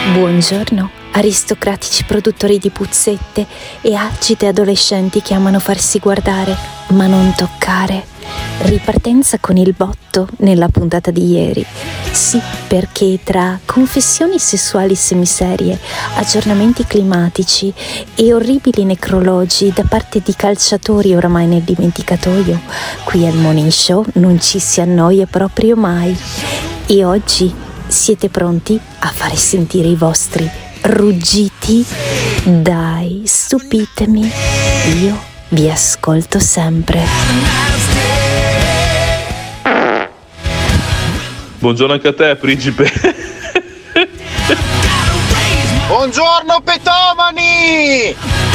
Buongiorno, aristocratici produttori di puzzette e agite adolescenti che amano farsi guardare, ma non toccare. Ripartenza con il botto nella puntata di ieri. Sì, perché tra confessioni sessuali semiserie, aggiornamenti climatici e orribili necrologi da parte di calciatori oramai nel dimenticatoio, qui al Morning Show non ci si annoia proprio mai. E oggi siete pronti a fare sentire i vostri ruggiti? Dai, stupitemi, io vi ascolto sempre. Buongiorno anche a te, principe. Buongiorno petomani!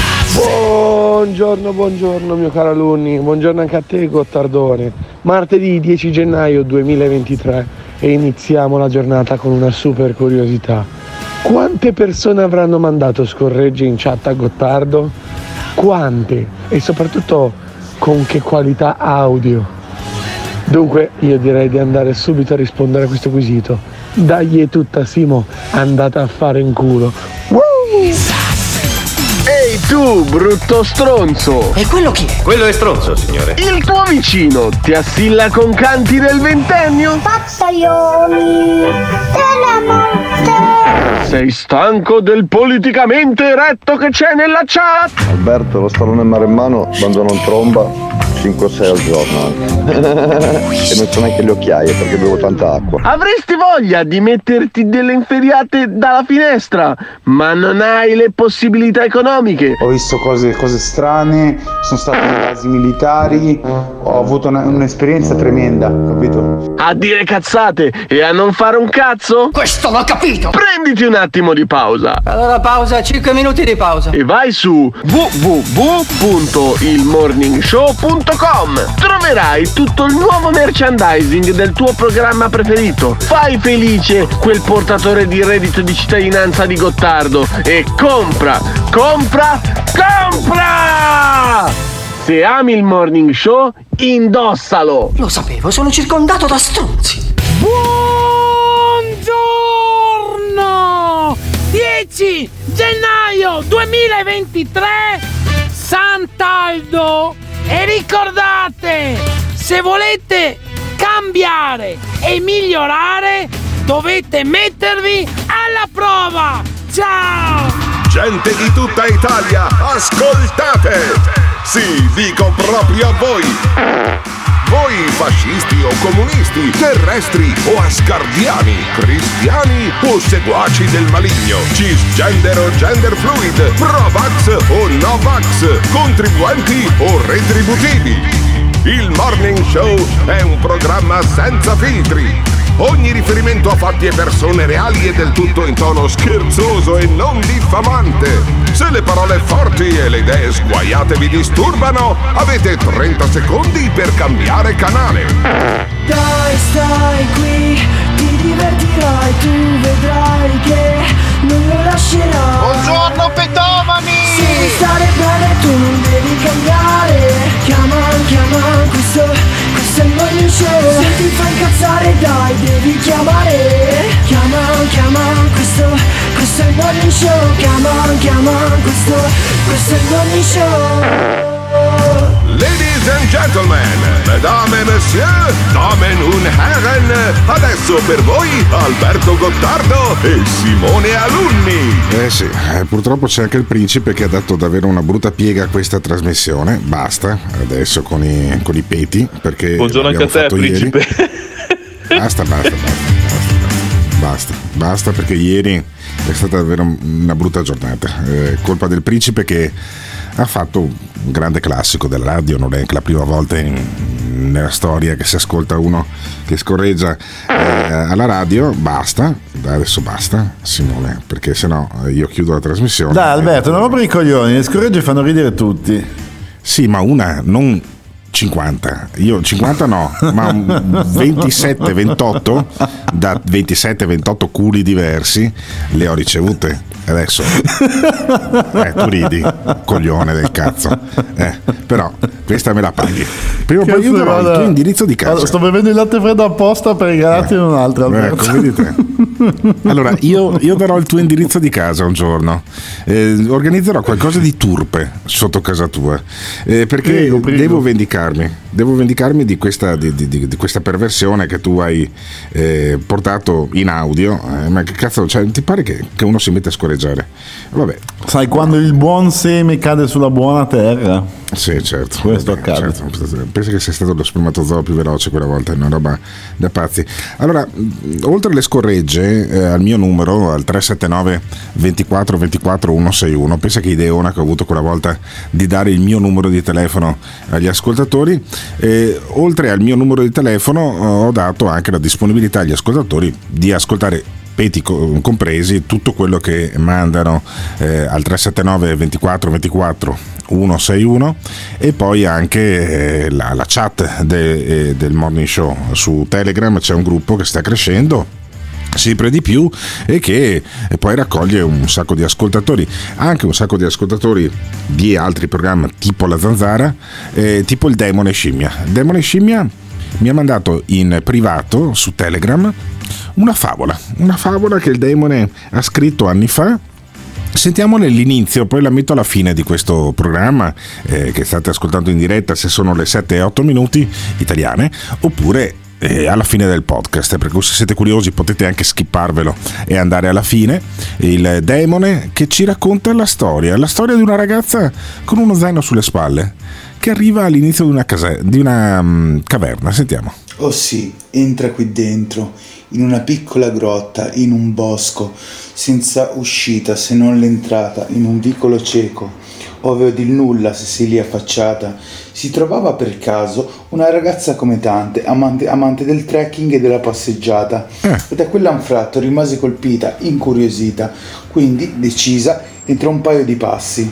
Buongiorno mio caro alunni, buongiorno anche a te Gottardone. Martedì 10 gennaio 2023 e iniziamo la giornata con una super curiosità. Quante persone avranno mandato scorregge in chat a Gottardo? Quante? E soprattutto con che qualità audio? Dunque io direi di andare subito a rispondere a questo quesito. Dai è tutta Simo, andate a fare in culo. Ehi tu, brutto stronzo! E quello chi è? Quello è stronzo, signore. Il tuo vicino ti assilla con canti del ventennio? Pazzaioli della morte! Sei stanco del politicamente eretto che c'è nella chat? Alberto, lo stallone maremmano mangiano tromba 5-6 al giorno anche. E non so neanche le occhiaie perché bevo tanta acqua. Avresti voglia di metterti delle inferriate dalla finestra, ma non hai le possibilità economiche. Ho visto cose strane, sono stato in basi militari, ho avuto un'esperienza tremenda, capito? A dire cazzate e a non fare un cazzo? Questo l'ho capito! Prenditi un attimo di pausa. Allora pausa, 5 minuti di pausa. E vai su www.ilmorningshow.com. Troverai tutto il nuovo merchandising del tuo programma preferito. Fai felice quel portatore di reddito di cittadinanza di Gottardo e compra! Se ami il Morning Show, indossalo! Lo sapevo, sono circondato da stronzi. Buongiorno! 10 gennaio 2023, Sant'Aldo! E ricordate, se volete cambiare e migliorare, dovete mettervi alla prova! Ciao! Gente di tutta Italia, ascoltate! Sì, dico proprio a voi! Voi fascisti o comunisti, terrestri o asgardiani, cristiani o seguaci del maligno, cisgender o gender fluid, pro-vax o no-vax, contribuenti o retributivi. Il Morning Show è un programma senza filtri. Ogni riferimento a fatti e persone reali è del tutto in tono scherzoso e non diffamante. Se le parole forti e le idee sguaiate vi disturbano, avete 30 secondi per cambiare canale. Dai, stai qui, ti divertirai, tu vedrai che non lo lascerai. Buongiorno petomani! Se vuoi stare bene tu non devi cambiare. Chiama, questo è il Morning Show. Se ti fa incazzare dai, devi chiamare. Chiama, questo è il Morning Show. Chiama, questo è il Morning Show. Ladies and gentlemen, mesdames et messieurs, damen und herren, adesso per voi Alberto Gottardo e Simone Alunni. Sì, purtroppo c'è anche il principe che ha dato davvero una brutta piega a questa trasmissione. Basta, adesso con i peti, perché buongiorno anche a te, principe. Basta, perché ieri è stata davvero una brutta giornata. Colpa del principe che ha fatto un grande classico della radio, non è anche la prima volta nella storia che si ascolta uno che scorreggia alla radio. Adesso basta Simone, perché sennò io chiudo la trasmissione. Dai Alberto, non rompere i coglioni, le scorregge fanno ridere tutti. Sì, ma una non 50, io 50 no, ma 27-28 da 27-28 culi diversi le ho ricevute. Adesso tu ridi, coglione del cazzo, però questa me la paghi. Prima o poi io darò il tuo indirizzo di casa. Sto bevendo il latte freddo apposta per regalarti un'altra. Come dite? Allora, io darò il tuo indirizzo di casa un giorno. Organizzerò qualcosa di turpe sotto casa tua. Perché prego. devo vendicarmi di questa perversione che tu hai portato in audio. Ma che cazzo, cioè, ti pare che uno si mette a scorreggiare? Vabbè. Sai, quando il buon seme cade sulla buona terra. Sì, certo. Questo accade. Certo. Penso che sia stato lo spermatozoo più veloce quella volta, è una roba da pazzi. Allora, oltre alle scorregge, al mio numero, al 379 24 24 161, pensa che ideona che ho avuto quella volta di dare il mio numero di telefono agli ascoltatori. Oltre al mio numero di telefono ho dato anche la disponibilità agli ascoltatori di ascoltare, peti compresi, tutto quello che mandano al 379 24 24 161 e poi anche la chat del Morning Show su Telegram. C'è un gruppo che sta crescendo sempre di più e che poi raccoglie un sacco di ascoltatori, anche un sacco di ascoltatori di altri programmi tipo La Zanzara, tipo il Demone Scimmia. Demone Scimmia mi ha mandato in privato su Telegram una favola che il Demone ha scritto anni fa. Sentiamone l'inizio, poi la metto alla fine di questo programma che state ascoltando in diretta, se sono le 7 e 8 minuti italiane, oppure alla fine del podcast, perché se siete curiosi potete anche skipparvelo e andare alla fine. Il Demone che ci racconta la storia di una ragazza con uno zaino sulle spalle che arriva all'inizio di una caverna. Sentiamo. Oh sì, entra qui dentro, in una piccola grotta, in un bosco, senza uscita se non l'entrata, in un vicolo cieco, ove di nulla se si lì affacciata. Si trovava per caso una ragazza come tante, amante del trekking e della passeggiata, e da quell'anfratto rimase colpita, incuriosita, quindi decisa, entrò un paio di passi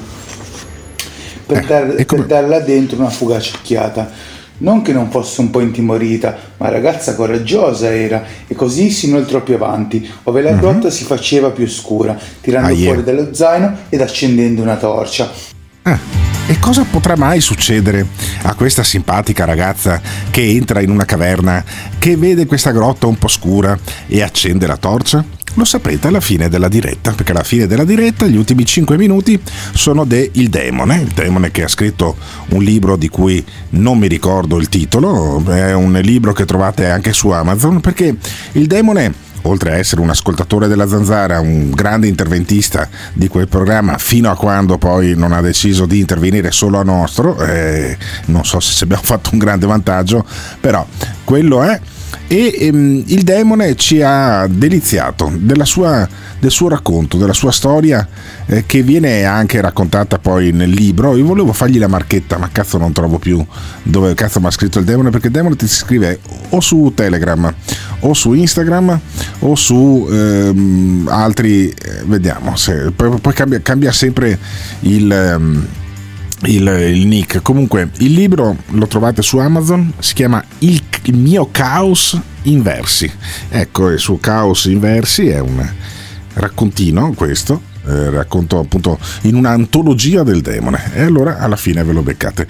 per darla dentro una fugace occhiata. Non che non fosse un po' intimorita, ma ragazza coraggiosa era, e così si inoltrò più avanti, ove la grotta si faceva più scura, tirando fuori dallo zaino ed accendendo una torcia. E cosa potrà mai succedere a questa simpatica ragazza che entra in una caverna, che vede questa grotta un po' scura e accende la torcia? Lo saprete alla fine della diretta, perché alla fine della diretta gli ultimi 5 minuti sono il Demone che ha scritto un libro di cui non mi ricordo il titolo, è un libro che trovate anche su Amazon, perché il Demone, oltre a essere un ascoltatore della Zanzara, un grande interventista di quel programma, fino a quando poi non ha deciso di intervenire solo a nostro, non so se abbiamo fatto un grande vantaggio, però quello è. E il Demone ci ha deliziato del suo racconto, della sua storia, che viene anche raccontata poi nel libro. Io volevo fargli la marchetta, ma cazzo non trovo più dove cazzo mi ha scritto il Demone, perché il Demone ti scrive o su Telegram o su Instagram o su altri, vediamo se poi cambia sempre il nick. Comunque il libro lo trovate su Amazon, si chiama Il mio caos in versi. Ecco, il suo caos in versi è un raccontino, questo racconto appunto in un'antologia del Demone, e allora alla fine ve lo beccate.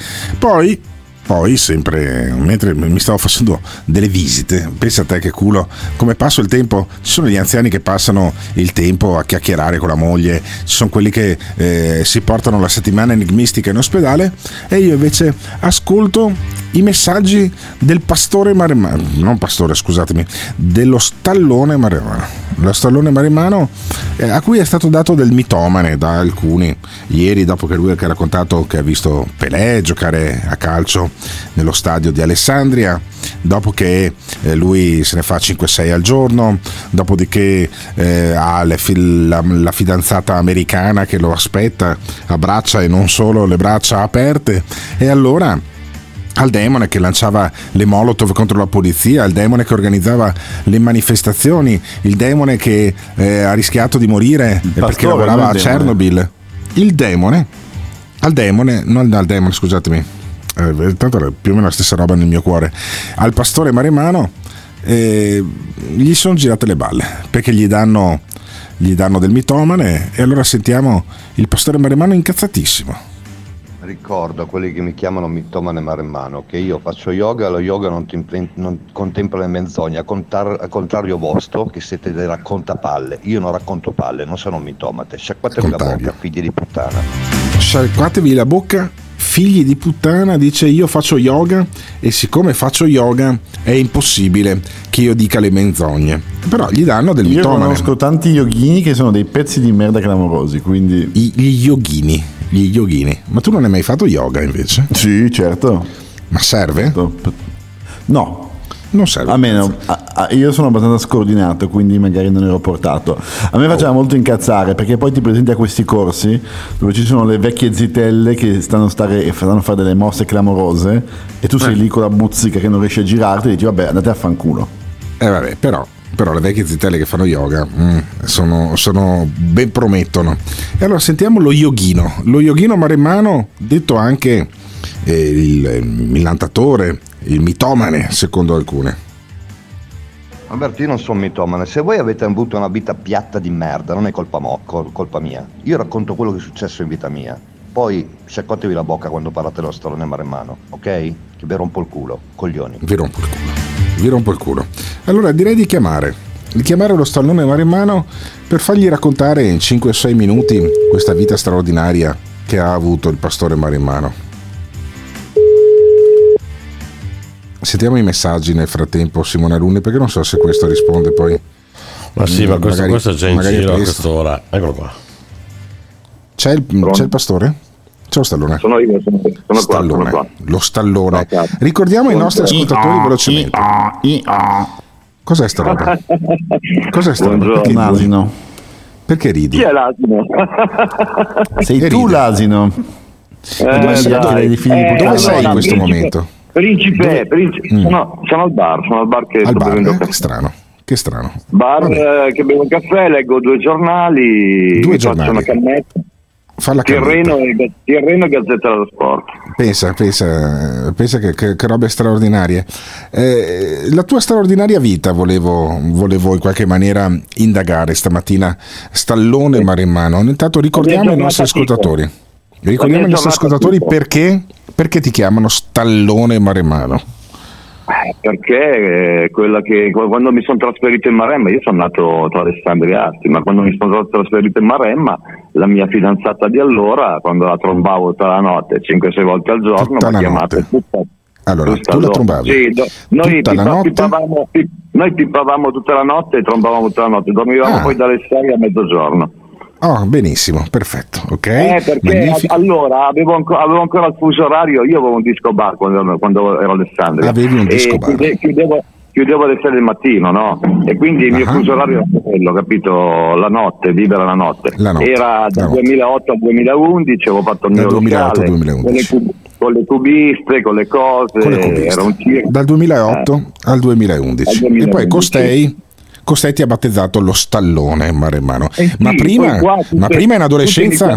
Poi sempre mentre mi stavo facendo delle visite, pensa a te che culo, come passo il tempo. Ci sono gli anziani che passano il tempo a chiacchierare con la moglie, ci sono quelli che si portano la settimana enigmistica in ospedale, e io invece ascolto i messaggi del pastore maremmano, non pastore, scusatemi, dello stallone maremmano. Lo stallone maremmano a cui è stato dato del mitomane da alcuni ieri, dopo che lui ha raccontato che ha visto Pelé giocare a calcio nello stadio di Alessandria, dopo che lui se ne fa 5-6 al giorno, dopodiché ha la fidanzata americana che lo aspetta a braccia, e non solo le braccia aperte, e allora al Demone che lanciava le molotov contro la polizia, al Demone che organizzava le manifestazioni, il Demone che ha rischiato di morire perché lavorava a Chernobyl. Al Demone, scusatemi, tanto era più o meno la stessa roba nel mio cuore. Al pastore maremmano gli sono girate le balle, perché gli danno del mitomane, e allora sentiamo il pastore maremmano incazzatissimo. Ricordo a quelli che mi chiamano mitomane maremmano che io faccio yoga, lo yoga non contempla le menzogne, al contrario vostro che siete dei raccontapalle. Io non racconto palle, non sono un mitomate. Sciacquatevi la bocca, figli di puttana. Sciacquatevi la bocca, figli di puttana, dice io faccio yoga e siccome faccio yoga è impossibile che io dica le menzogne. Però gli danno del mitomane. Io conosco tanti yoghini che sono dei pezzi di merda clamorosi, quindi... Gli yoghini. Ma tu non hai mai fatto yoga invece? Sì, certo. Ma serve? No. Non serve. A meno, io sono abbastanza scordinato, quindi magari non ero portato. A me faceva molto incazzare perché poi ti presenti a questi corsi dove ci sono le vecchie zitelle che stanno a fare delle mosse clamorose e tu sei lì con la buzzica che non riesci a girarti e dici vabbè, andate a fanculo. Vabbè, però le vecchie zitelle che fanno yoga sono ben promettono. E allora sentiamo lo yoghino maremmano, detto anche il millantatore, il mitomane secondo alcune. Alberto, io non sono mitomane. Se voi avete avuto una vita piatta di merda non è colpa mia. Io racconto quello che è successo in vita mia. Poi sciacquatevi la bocca quando parlate dello stallone maremmano, ok? Che vi rompo il culo, coglioni. Vi rompo il culo. Allora direi di chiamare lo stallone maremmano per fargli raccontare in 5-6 minuti questa vita straordinaria che ha avuto il pastore maremmano. Sentiamo i messaggi nel frattempo, Simone Alunni, perché non so se questo risponde poi. Ma sì, ma questo è già in giro a quest'ora. Eccolo qua. C'è il pastore? C'è lo stallone? Sono io, sono stallone. Qua. Lo stallone. Ricordiamo ai nostri ascoltatori velocemente. Cos'è sta roba? Un asino. Perché ridi? Chi è l'asino? Sei tu l'asino. Dove sei in questo momento? Principe. Sono al bar che sto bevendo caffè. Che strano. Bar che bevo un caffè, leggo 2 giornali, faccio una cannetta. Tirreno e Gazzetta dello Sport. Pensa che robe straordinarie. La tua straordinaria vita volevo in qualche maniera indagare stamattina, stallone maremmano. Intanto ricordiamo ai nostri ascoltatori perché ti chiamano stallone maremmano. Perché quella che quando mi sono trasferito in Maremma, io sono nato tra Alessandria e Asti, ma quando mi sono trasferito in Maremma, la mia fidanzata di allora, quando la trombavo tutta la notte 5-6 volte al giorno, mi ha chiamato allora tu la trombavi noi pippavamo tutta la notte e trombavamo tutta la notte, dormivamo poi dalle 6 a mezzogiorno. Oh, benissimo, perfetto, ok. Perché magnifico. Allora avevo ancora il fuso orario, io avevo un disco bar quando ero Alessandria. Avevi un disco bar? Chiudevo alle 6 del mattino, no? E quindi il mio fuso orario era quello, capito? La notte, vivere la notte. Era dal 2008 al 2011, avevo fatto il mio locale, con le cubiste, con le cose, era un circo. Dal 2008 al 2011. E poi costei ti ha battezzato lo stallone maremmano. Ma prima in adolescenza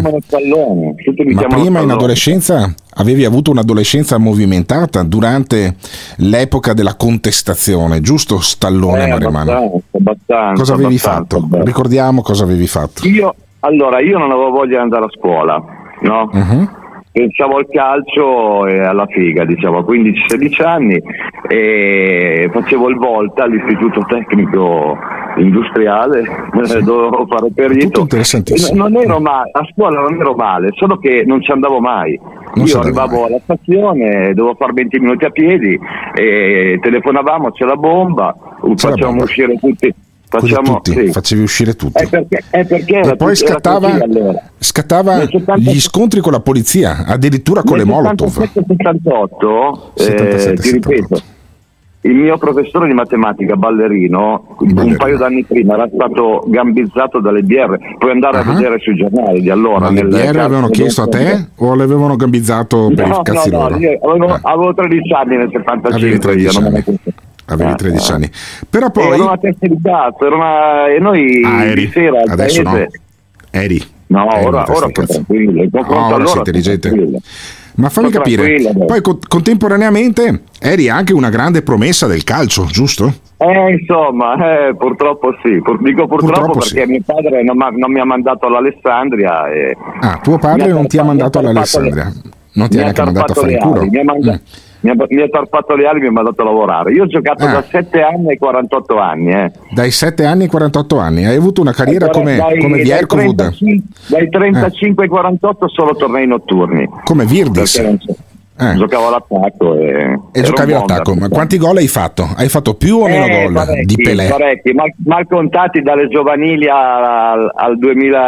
avevi avuto un'adolescenza movimentata durante l'epoca della contestazione, giusto stallone maremmano? Abbastanza. Cosa avevi fatto? Ricordiamo cosa avevi fatto. Io non avevo voglia di andare a scuola, no? Pensavo al calcio e alla figa, diciamo, a 15-16 anni, e facevo il Volta all'istituto tecnico industriale, dovevo fare perito. Non ero male, a scuola non ero male, solo che non ci andavo mai. Io arrivavo alla stazione, dovevo fare 20 minuti a piedi, e telefonavamo, c'è la bomba, facciamo uscire tutti. Facevi uscire tutti. Perché e poi scattava gli scontri con la polizia, addirittura con le Molotov. Nel 77-78, ti ripeto, il mio professore di matematica Ballerino, un paio d'anni prima era stato gambizzato dalle BR. Puoi andare a vedere sui giornali di allora. Ma le BR avevano chiesto a te o l'avevano gambizzato per i cazzi loro? Io avevo 13 anni nel 75. Avevi 13 anni, però poi era una testa di cazzo, e noi di sera al adesso paese... ora tranquillo, ora sei intelligente. Ma fammi capire, poi contemporaneamente eri anche una grande promessa del calcio, giusto? Purtroppo sì. Dico purtroppo perché mio padre non mi ha mandato all'Alessandria. Tuo padre non ti ha mandato all'Alessandria? Non ti ha neanche mandato a fare il culo? Mi ha tarpato le ali e mi ha mandato a lavorare. Io ho giocato da 7 anni ai 48 anni. Dai 7 anni ai 48 anni. Hai avuto una carriera come Vierkovud? Dai 35 ai 48 solo tornei notturni. Come Virdis? Giocavo all'attacco e giocavi all'attacco. Ma quanti gol hai fatto? Hai fatto più o meno gol di Pelé? Parecchi, mal contati dalle giovanili al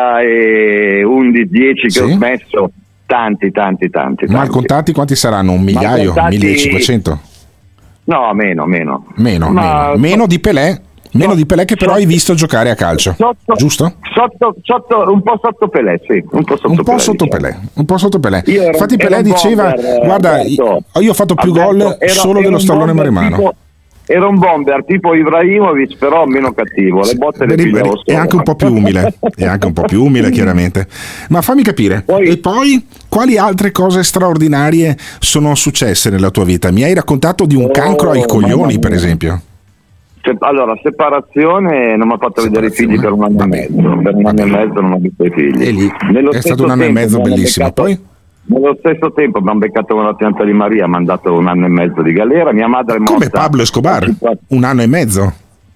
2011-10 che ho smesso. Tanti. Mal contati quanti saranno? Un migliaio? 1500? No, meno. Meno di Pelé? Meno di Pelé che però hai visto giocare a calcio, giusto? Un po' sotto Pelé, sì. Un po' sotto Pelé. Infatti Pelé diceva, guarda, io ho fatto più gol solo dello stallone maremmano. Era un bomber tipo Ibrahimovic, però meno cattivo. Le botte le pigliavo solo. È anche un po' più umile, chiaramente. Ma fammi capire, e poi quali altre cose straordinarie sono successe nella tua vita? Mi hai raccontato di un cancro ai coglioni, per esempio. Allora, separazione, non mi ha fatto vedere i figli per un anno e mezzo. Per un anno e mezzo non ho visto i figli. E lì è stato un anno e mezzo bellissimo. Poi? Nello stesso tempo mi hanno beccato con la pianta di Maria, mi hanno dato un anno e mezzo di galera. Mia madre è morta. Come Pablo Escobar? Un anno e mezzo?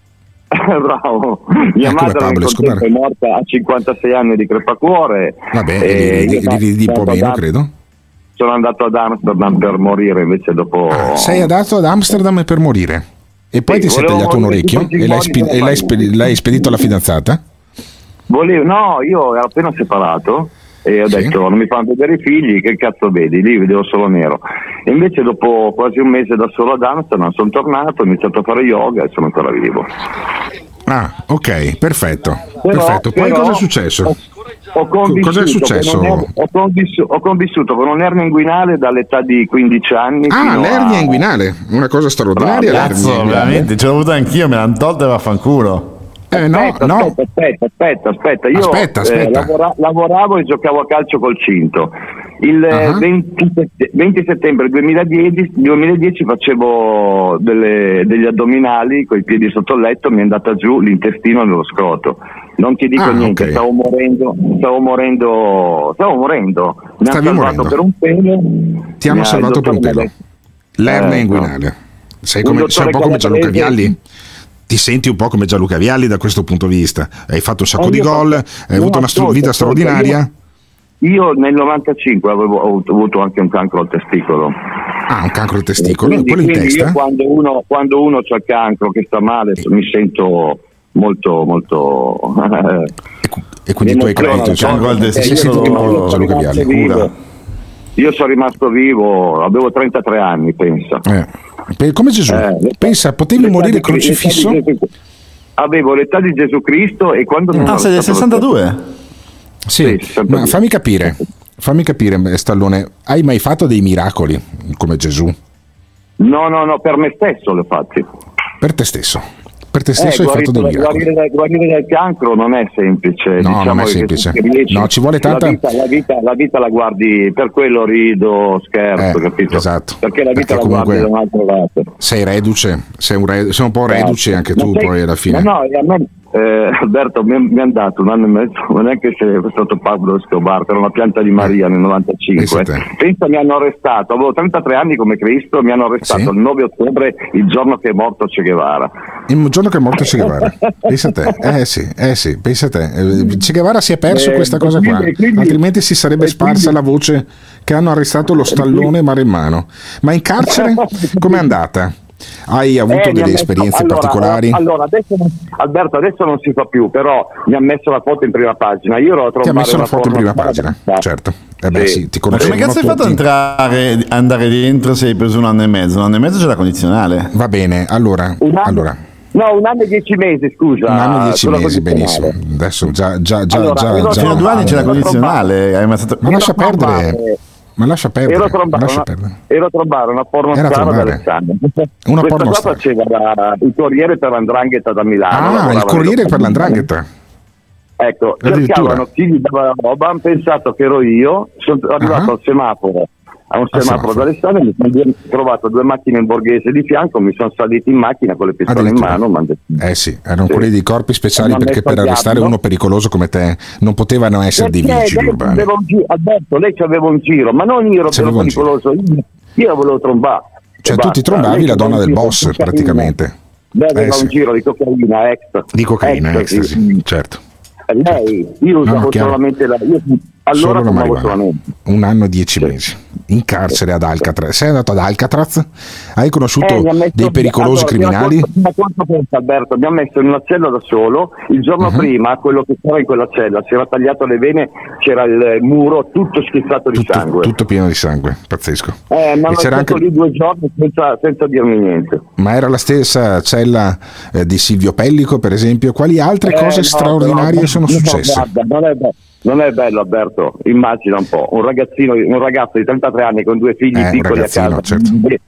Bravo. Mia madre è morta a 56 anni di crepacuore. Vabbè, di un po' meno, credo. Sono andato ad Amsterdam per morire, invece dopo... sei andato ad Amsterdam per morire? E poi ti sei tagliato un orecchio e l'hai spedito alla fidanzata? No, io ero appena separato e ho detto non mi fanno vedere i figli, che cazzo vedi? Lì vedevo solo nero. E invece dopo quasi un mese da solo ad Amsterdam sono tornato, ho iniziato a fare yoga e sono ancora vivo. Ah, ok, perfetto. Poi cosa è successo? Cosa è successo? Ho convissuto con un'ernia inguinale dall'età di 15 anni. L'ernia inguinale, una cosa straordinaria. Cazzo, veramente, ce l'ho avuta anch'io, me l'hanno tolta e vaffanculo. Aspetta. Io lavoravo e giocavo a calcio col cinto. Il 20 settembre 2010 facevo degli addominali coi piedi sotto il letto, mi è andata giù l'intestino nello scroto. Non ti dico niente, stavo morendo. Mi hanno salvato per un pelo. Ti hanno salvato per un pelo. L'ernia inguinale. Sei un po' come Gianluca Vialli? Ti senti un po' come Gianluca Vialli da questo punto di vista? Hai fatto un sacco di gol, hai avuto una vita straordinaria? Io nel 95 ho avuto anche un cancro al testicolo. Un cancro al testicolo? Quello in testa? Io quando uno c'ha il cancro che sta male mi sento molto e quindi tu hai creato il cancro al testicolo, Gianluca Vialli. Io sono rimasto vivo, avevo 33 anni, pensa. Come Gesù. Pensa, potevi morire crocifisso? Avevo l'età di Gesù Cristo e quando sei del 62? Sì, ma fammi capire, Stallone, hai mai fatto dei miracoli come Gesù? No, per me stesso l'ho fatti. Per te stesso hai fatto dei miracoli. Guarire dal cancro non è semplice. No, non è semplice. No, ci vuole tanta... La vita la guardi, per quello rido, scherzo, capito? Esatto. Perché la vita la guardi da un altro lato. Sei reduce, sei un po' reduce anche tu poi alla fine. No, a me... Alberto mi hanno dato un anno e mezzo, non è che se è stato Pablo Escobar, per una pianta di Maria nel 95. Pensa, mi hanno arrestato, avevo 33 anni come Cristo, mi hanno arrestato il 9 ottobre, il giorno che è morto Che Guevara. Il giorno che è morto Che Guevara, pensa a te, pensa a te. Che Guevara si è perso questa cosa qua, altrimenti si sarebbe sparsa la voce che hanno arrestato lo stallone maremmano. Ma in carcere com'è andata? Hai avuto delle esperienze particolari? Allora, Alberto, adesso non si fa più, però mi ha messo la foto in prima pagina. Io ero a trovare. Ti ha messo la foto in prima pagina, certo. Ti conosco. Ma come cazzo hai fatto ad andare dentro se hai preso un anno e mezzo? Un anno e mezzo c'è la condizionale. Va bene, allora. No, un anno e 10 mesi, scusa. Un anno e 10 mesi, benissimo. Adesso già. Fino a 2 anni c'è la condizionale. Ma lascia perdere. Ma lascia perdere. Ero a trovare una pornostar ad Alessandria. Una pornostar. Faceva il corriere per l'Andrangheta da Milano. Il corriere per l'Andrangheta. Ecco, cercavano chi gli dava la roba, hanno pensato che ero io, sono arrivato al semaforo a un semaforo d'Alessandria, mi sono trovato 2 macchine in borghese di fianco, mi sono salito in macchina con le pistole in mano. Sì, erano quelli dei corpi speciali, perché per arrestare uno pericoloso come te non potevano essere dei vigili urbani. Alberto, lei c'aveva un giro, ma non io ero pericoloso, io volevo trombare. Cioè tu ti trombavi la donna del boss praticamente. Aveva un giro di cocaina extra. Di cocaina extra, sì, certo. Lei, io usavo solamente allora solo la marijuana. 1 anno e 10 mesi in carcere ad Alcatraz. Sei andato ad Alcatraz? Hai conosciuto dei pericolosi criminali? Alberto, mi ha messo in una cella da solo. Il giorno prima, quello che stava in quella cella si era tagliato le vene, c'era il muro tutto schizzato di sangue. Tutto pieno di sangue, pazzesco. Ma hanno stato lì 2 giorni senza dirmi niente. Ma era la stessa cella di Silvio Pellico, per esempio? Quali altre cose straordinarie sono successe? Non è bello, Alberto, immagina un po', un ragazzo di 33 anni con 2 figli piccoli a casa, certo,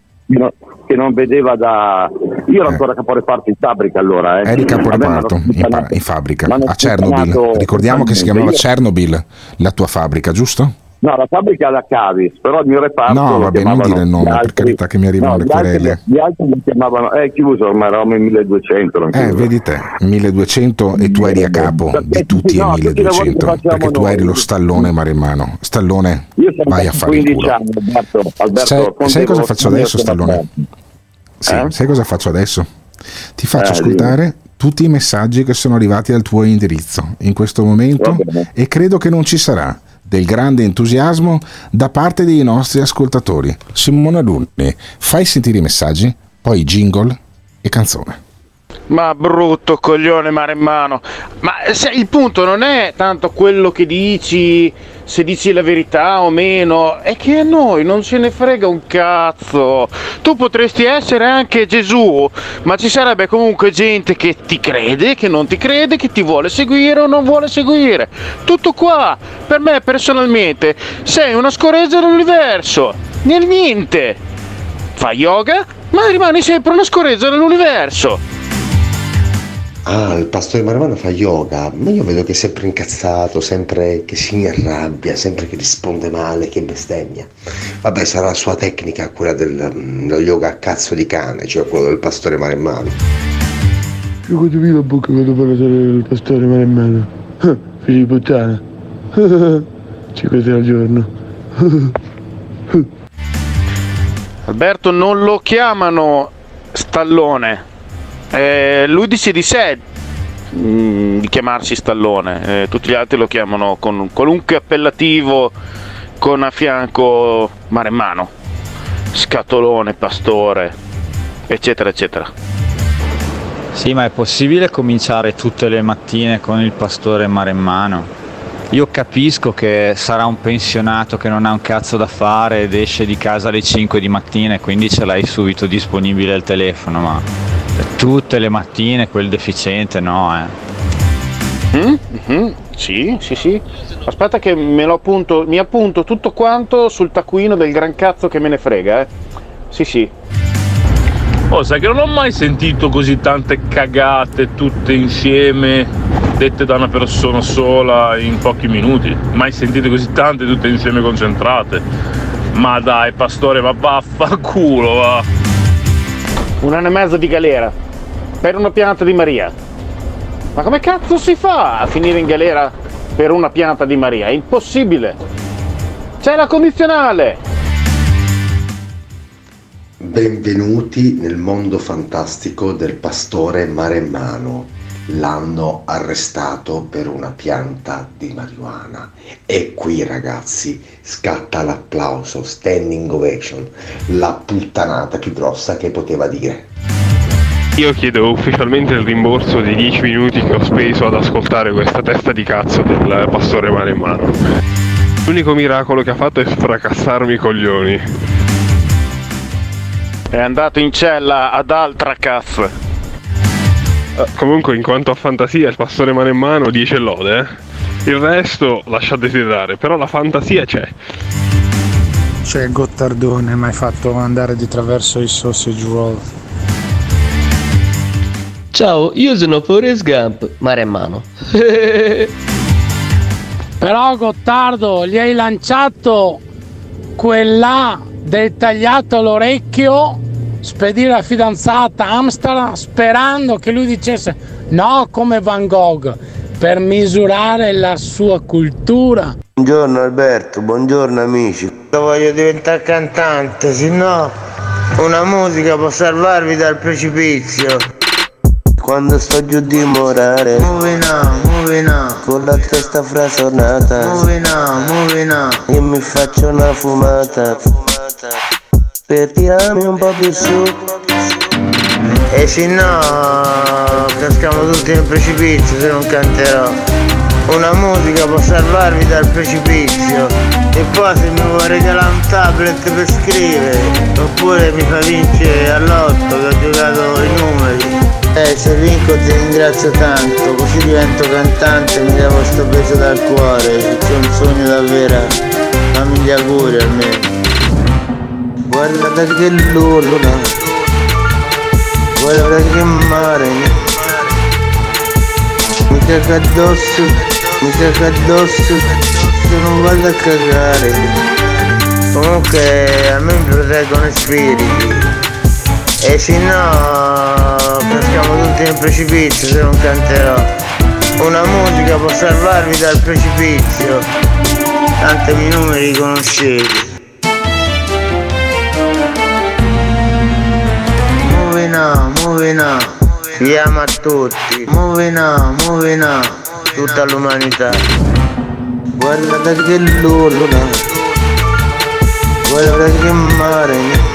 che non vedeva da... Io ero ancora caporeparto in fabbrica allora. Eri caporeparto in fabbrica, a Chernobyl. Ricordiamo che si chiamava Chernobyl la tua fabbrica, giusto? No, la fabbrica è la Cavis, però il mio reparto... No, vabbè, non dire il nome, per carità, che mi arrivano le querele. Gli altri mi chiamavano, chiuso, ormai eravamo in 1200. Vedi te, 1200 e tu eri a capo di tutti e 1200, perché tu eri lo Stallone Maremmano. Stallone, vai a fare il culo. Alberto, sai cosa faccio adesso, Stallone? Sì, sai cosa faccio adesso? Ti faccio ascoltare tutti i messaggi che sono arrivati al tuo indirizzo in questo momento, e credo che non ci sarà del grande entusiasmo da parte dei nostri ascoltatori. Simone Alunni, fai sentire i messaggi, poi jingle e canzone. Ma brutto coglione Maremmano, ma il punto non è tanto quello che dici, se dici la verità o meno, è che a noi non ce ne frega un cazzo. Tu potresti essere anche Gesù, ma ci sarebbe comunque gente che ti crede, che non ti crede, che ti vuole seguire o non vuole seguire. Tutto qua. Per me personalmente sei una scoreggia dell'universo, nel niente. Fai yoga, ma rimani sempre una scoreggia dell'universo. Ah, il pastore Maremmano fa yoga, ma io vedo che è sempre incazzato, sempre che si arrabbia, sempre che risponde male, che bestemmia. Vabbè, sarà la sua tecnica, quella dello yoga a cazzo di cane, cioè quello del pastore Maremmano. Io quando vi la bocca quando parla del pastore Maremmano. Figli di puttana. 5 al giorno. Alberto, non lo chiamano Stallone. Lui dice di sé di chiamarsi Stallone, tutti gli altri lo chiamano con qualunque appellativo con a fianco Maremmano, scatolone, pastore, eccetera eccetera. Sì, ma è possibile cominciare tutte le mattine con il pastore Maremmano? Io capisco che sarà un pensionato che non ha un cazzo da fare ed esce di casa alle 5 di mattina e quindi ce l'hai subito disponibile al telefono, ma tutte le mattine quel deficiente no, Sì. Aspetta che mi appunto tutto quanto sul taccuino del gran cazzo che me ne frega, Sì. Oh, sai che non ho mai sentito così tante cagate tutte insieme dette da una persona sola in pochi minuti. Mai sentite così tante tutte insieme concentrate. Ma dai, pastore, ma vaffanculo, va. 1 anno e mezzo di galera per una pianta di Maria. Ma come cazzo si fa a finire in galera per una pianta di Maria? È impossibile. C'è la condizionale. Benvenuti nel mondo fantastico del pastore Maremmano. L'hanno arrestato per una pianta di marijuana. E qui, ragazzi, scatta l'applauso, standing ovation, la puttanata più grossa che poteva dire. Io chiedo ufficialmente il rimborso dei 10 minuti che ho speso ad ascoltare questa testa di cazzo del pastore Maremmano. L'unico miracolo che ha fatto è fracassarmi i coglioni. È andato in cella ad Altracaz. Comunque, in quanto a fantasia, il pastore Maremmano 10 lode, Il resto lascia desiderare, però la fantasia c'è. C'è Gottardone, mi hai fatto andare di traverso il sausage roll. Ciao, io sono Forrest Gump, Maremmano. Però Gottardo, gli hai lanciato quella del tagliato all'orecchio, spedire la fidanzata a Amsterdam sperando che lui dicesse no come Van Gogh, per misurare la sua cultura. Buongiorno Alberto, buongiorno amici. Voglio diventare cantante, se no una musica può salvarvi dal precipizio. Quando sto giù di morare, moving on, con la testa frasonata, moving on, io mi faccio una fumata, per tirarmi un po' più su. E se no caschiamo tutti nel precipizio se non canterò. Una musica può salvarvi dal precipizio. E poi se mi vuoi regalare un tablet per scrivere, oppure mi fa vincere all'otto che ho giocato i numeri. Se vinco ti ringrazio tanto, così divento cantante, mi levo sto peso dal cuore. C'è un sogno davvero, fammi gli auguri almeno. Guarda che luna, guarda che mare, mi caga addosso, se non vado a cagare. Comunque a me mi proteggono i spiriti. E se no caschiamo tutti nel precipizio se non canterò. Una musica può salvarvi dal precipizio. Tanto i numeri conoscete. Moving on, chiama a tutti. Moving on, tutta l'umanità. Guarda che luna, guarda che mare.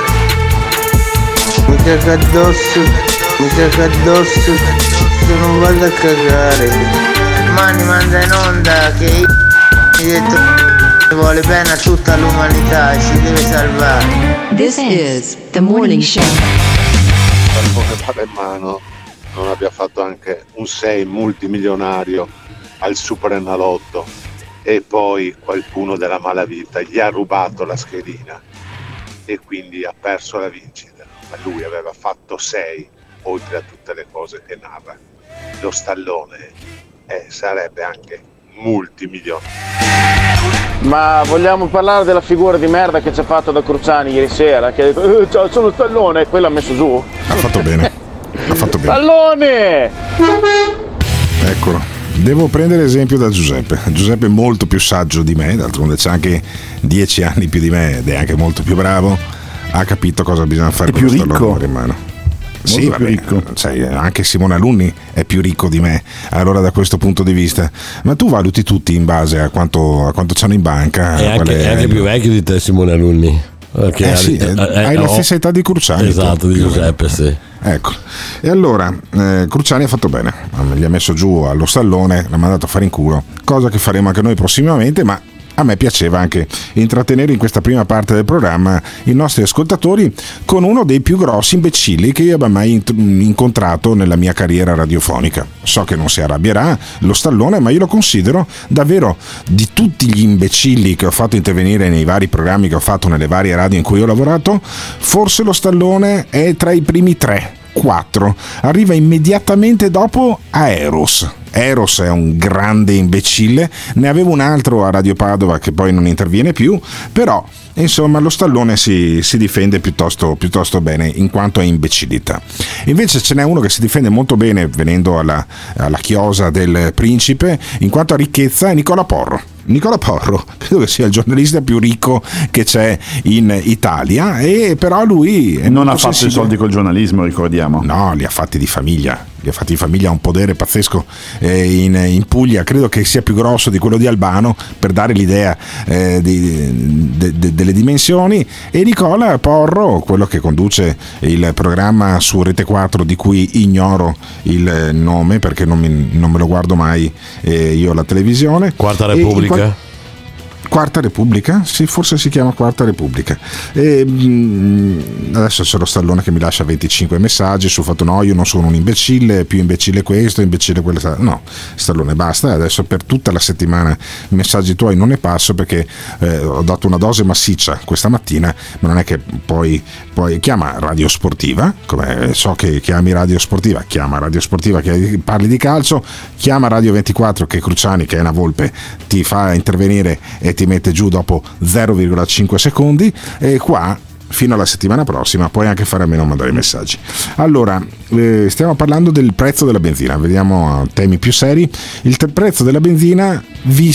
Mi caga addosso, se non vado a cagare. Mani manda in onda che io mi detto vuole bene a tutta l'umanità e si deve salvare. This is the morning show. Spero che Maremmano non abbia fatto anche un 6 multimilionario al Superenalotto e poi qualcuno della malavita gli ha rubato la schedina e quindi ha perso la vincita. Ma lui aveva fatto 6 oltre a tutte le cose che narra. Lo Stallone sarebbe anche multimilionario. Ma vogliamo parlare della figura di merda che ci ha fatto da Cruciani ieri sera, che ha detto ciao, sono Stallone, e poi l'ha messo giù? Ha fatto bene. Stallone! Eccolo. Devo prendere esempio da Giuseppe. Giuseppe è molto più saggio di me, d'altronde c'ha anche 10 anni più di me ed è anche molto più bravo. Ha capito cosa bisogna fare con lo Stallone in mano. Sì, vabbè, ricco. Sai, anche Simone Alunni è più ricco di me, allora da questo punto di vista. Ma tu valuti tutti in base a quanto c'hanno in banca. È anche più vecchio di te Simone Alunni. Sì, hai la stessa età di Cruciani. Esatto, di Giuseppe, sì. Ecco, e allora Cruciani ha fatto bene, gli ha messo giù allo Stallone, l'ha mandato a fare in culo, cosa che faremo anche noi prossimamente, ma a me piaceva anche intrattenere in questa prima parte del programma i nostri ascoltatori con uno dei più grossi imbecilli che io abbia mai incontrato nella mia carriera radiofonica. So che non si arrabbierà lo Stallone, ma io lo considero davvero, di tutti gli imbecilli che ho fatto intervenire nei vari programmi che ho fatto nelle varie radio in cui ho lavorato, forse lo Stallone è tra i primi 3-4, arriva immediatamente dopo Eros. Eros è un grande imbecille, ne avevo un altro a Radio Padova che poi non interviene più, però insomma lo Stallone si difende piuttosto bene in quanto a imbecillità. Invece ce n'è uno che si difende molto bene venendo alla chiosa del principe in quanto a ricchezza, è Nicola Porro. Nicola Porro credo che sia il giornalista più ricco che c'è in Italia, e però lui non ha fatto i soldi col giornalismo, ricordiamo. No, li ha fatti di famiglia. Ha un podere pazzesco in Puglia, credo che sia più grosso di quello di Albano, per dare l'idea delle dimensioni. E Nicola Porro, quello che conduce il programma su Rete 4 di cui ignoro il nome perché non me lo guardo mai io la televisione. Quarta Repubblica? Quarta Repubblica? Sì, forse si chiama Quarta Repubblica. Adesso c'è lo Stallone che mi lascia 25 messaggi sul fatto no, io non sono un imbecille, più imbecille questo, imbecille quello. No, Stallone, basta, adesso per tutta la settimana messaggi tuoi non ne passo perché ho dato una dose massiccia questa mattina, ma non è che poi chiama Radio Sportiva, come so che chiami Radio Sportiva, chiama Radio Sportiva che parli di calcio, chiama Radio 24 che Cruciani, che è una volpe, ti fa intervenire e che ti mette giù dopo 0,5 secondi, e qua fino alla settimana prossima puoi anche fare a meno mandare messaggi. Allora, stiamo parlando del prezzo della benzina, vediamo temi più seri. Il prezzo della benzina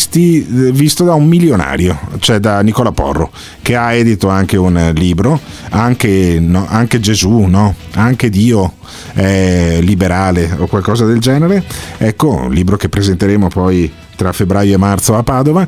visto da un milionario, cioè da Nicola Porro, che ha edito anche un libro, anche Gesù, no? Anche Dio è liberale o qualcosa del genere. Ecco, un libro che presenteremo poi tra febbraio e marzo a Padova,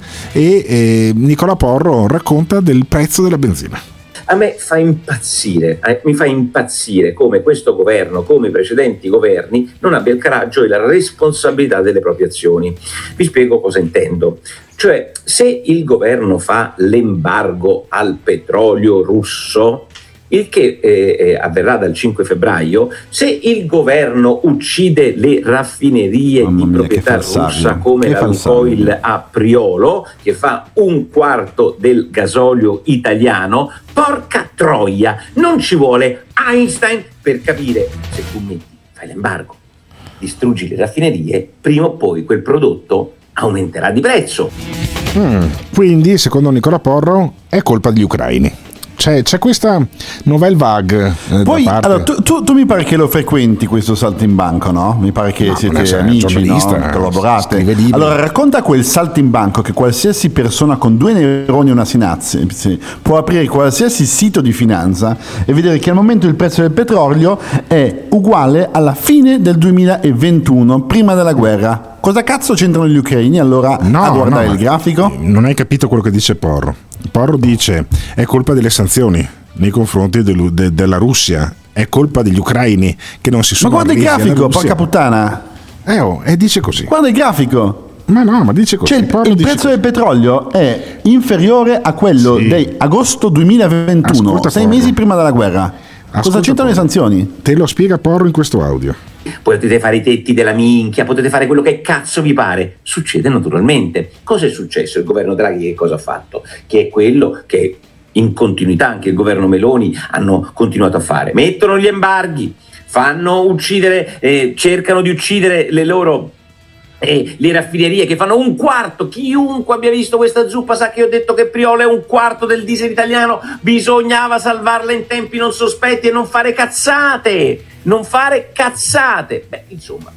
e Nicola Porro racconta del prezzo della benzina. A me fa impazzire, mi fa impazzire come questo governo, come i precedenti governi, non abbia il coraggio e la responsabilità delle proprie azioni. Vi spiego cosa intendo. Cioè, se il governo fa l'embargo al petrolio russo, il che avverrà dal 5 febbraio, se il governo uccide le raffinerie di proprietà russa come la Lukoil a Priolo, che fa 1/4 del gasolio italiano, porca troia, non ci vuole Einstein per capire se tu fai l'embargo, distruggi le raffinerie, prima o poi quel prodotto aumenterà di prezzo. Quindi, secondo Nicola Porro, è colpa degli ucraini. C'è questa nouvelle vague poi, da parte... allora, tu mi pare che lo frequenti questo saltimbanco, no? Mi pare che siete amici, no? Collaborate. Allora racconta quel saltimbanco che qualsiasi persona con 2 neuroni e una sinapsi può aprire qualsiasi sito di finanza e vedere che al momento il prezzo del petrolio è uguale alla fine del 2021, prima della guerra. Cosa cazzo c'entrano gli ucraini allora a guardare il grafico? Non hai capito quello che dice Porro. Porro dice è colpa delle sanzioni nei confronti della Russia, è colpa degli ucraini che non si sono arresi. Ma guarda il grafico, porca puttana! E dice così. Guarda il grafico! Ma dice così. Cioè, il prezzo del petrolio è inferiore a quello di agosto 2021, Ascolta 6 mesi prima della guerra. Cosa c'entrano le sanzioni? Te lo spiega Porro in questo audio. Potete fare i tetti della minchia, potete fare quello che cazzo vi pare. Succede naturalmente. Cosa è successo? Il governo Draghi che cosa ha fatto? Che è quello che in continuità anche il governo Meloni hanno continuato a fare. Mettono gli embarghi, fanno uccidere, cercano di uccidere le loro... le raffinerie che fanno 1/4. Chiunque abbia visto questa zuppa sa che ho detto che Priolo è 1/4 del diesel italiano. Bisognava salvarla in tempi non sospetti e non fare cazzate. Beh, insomma,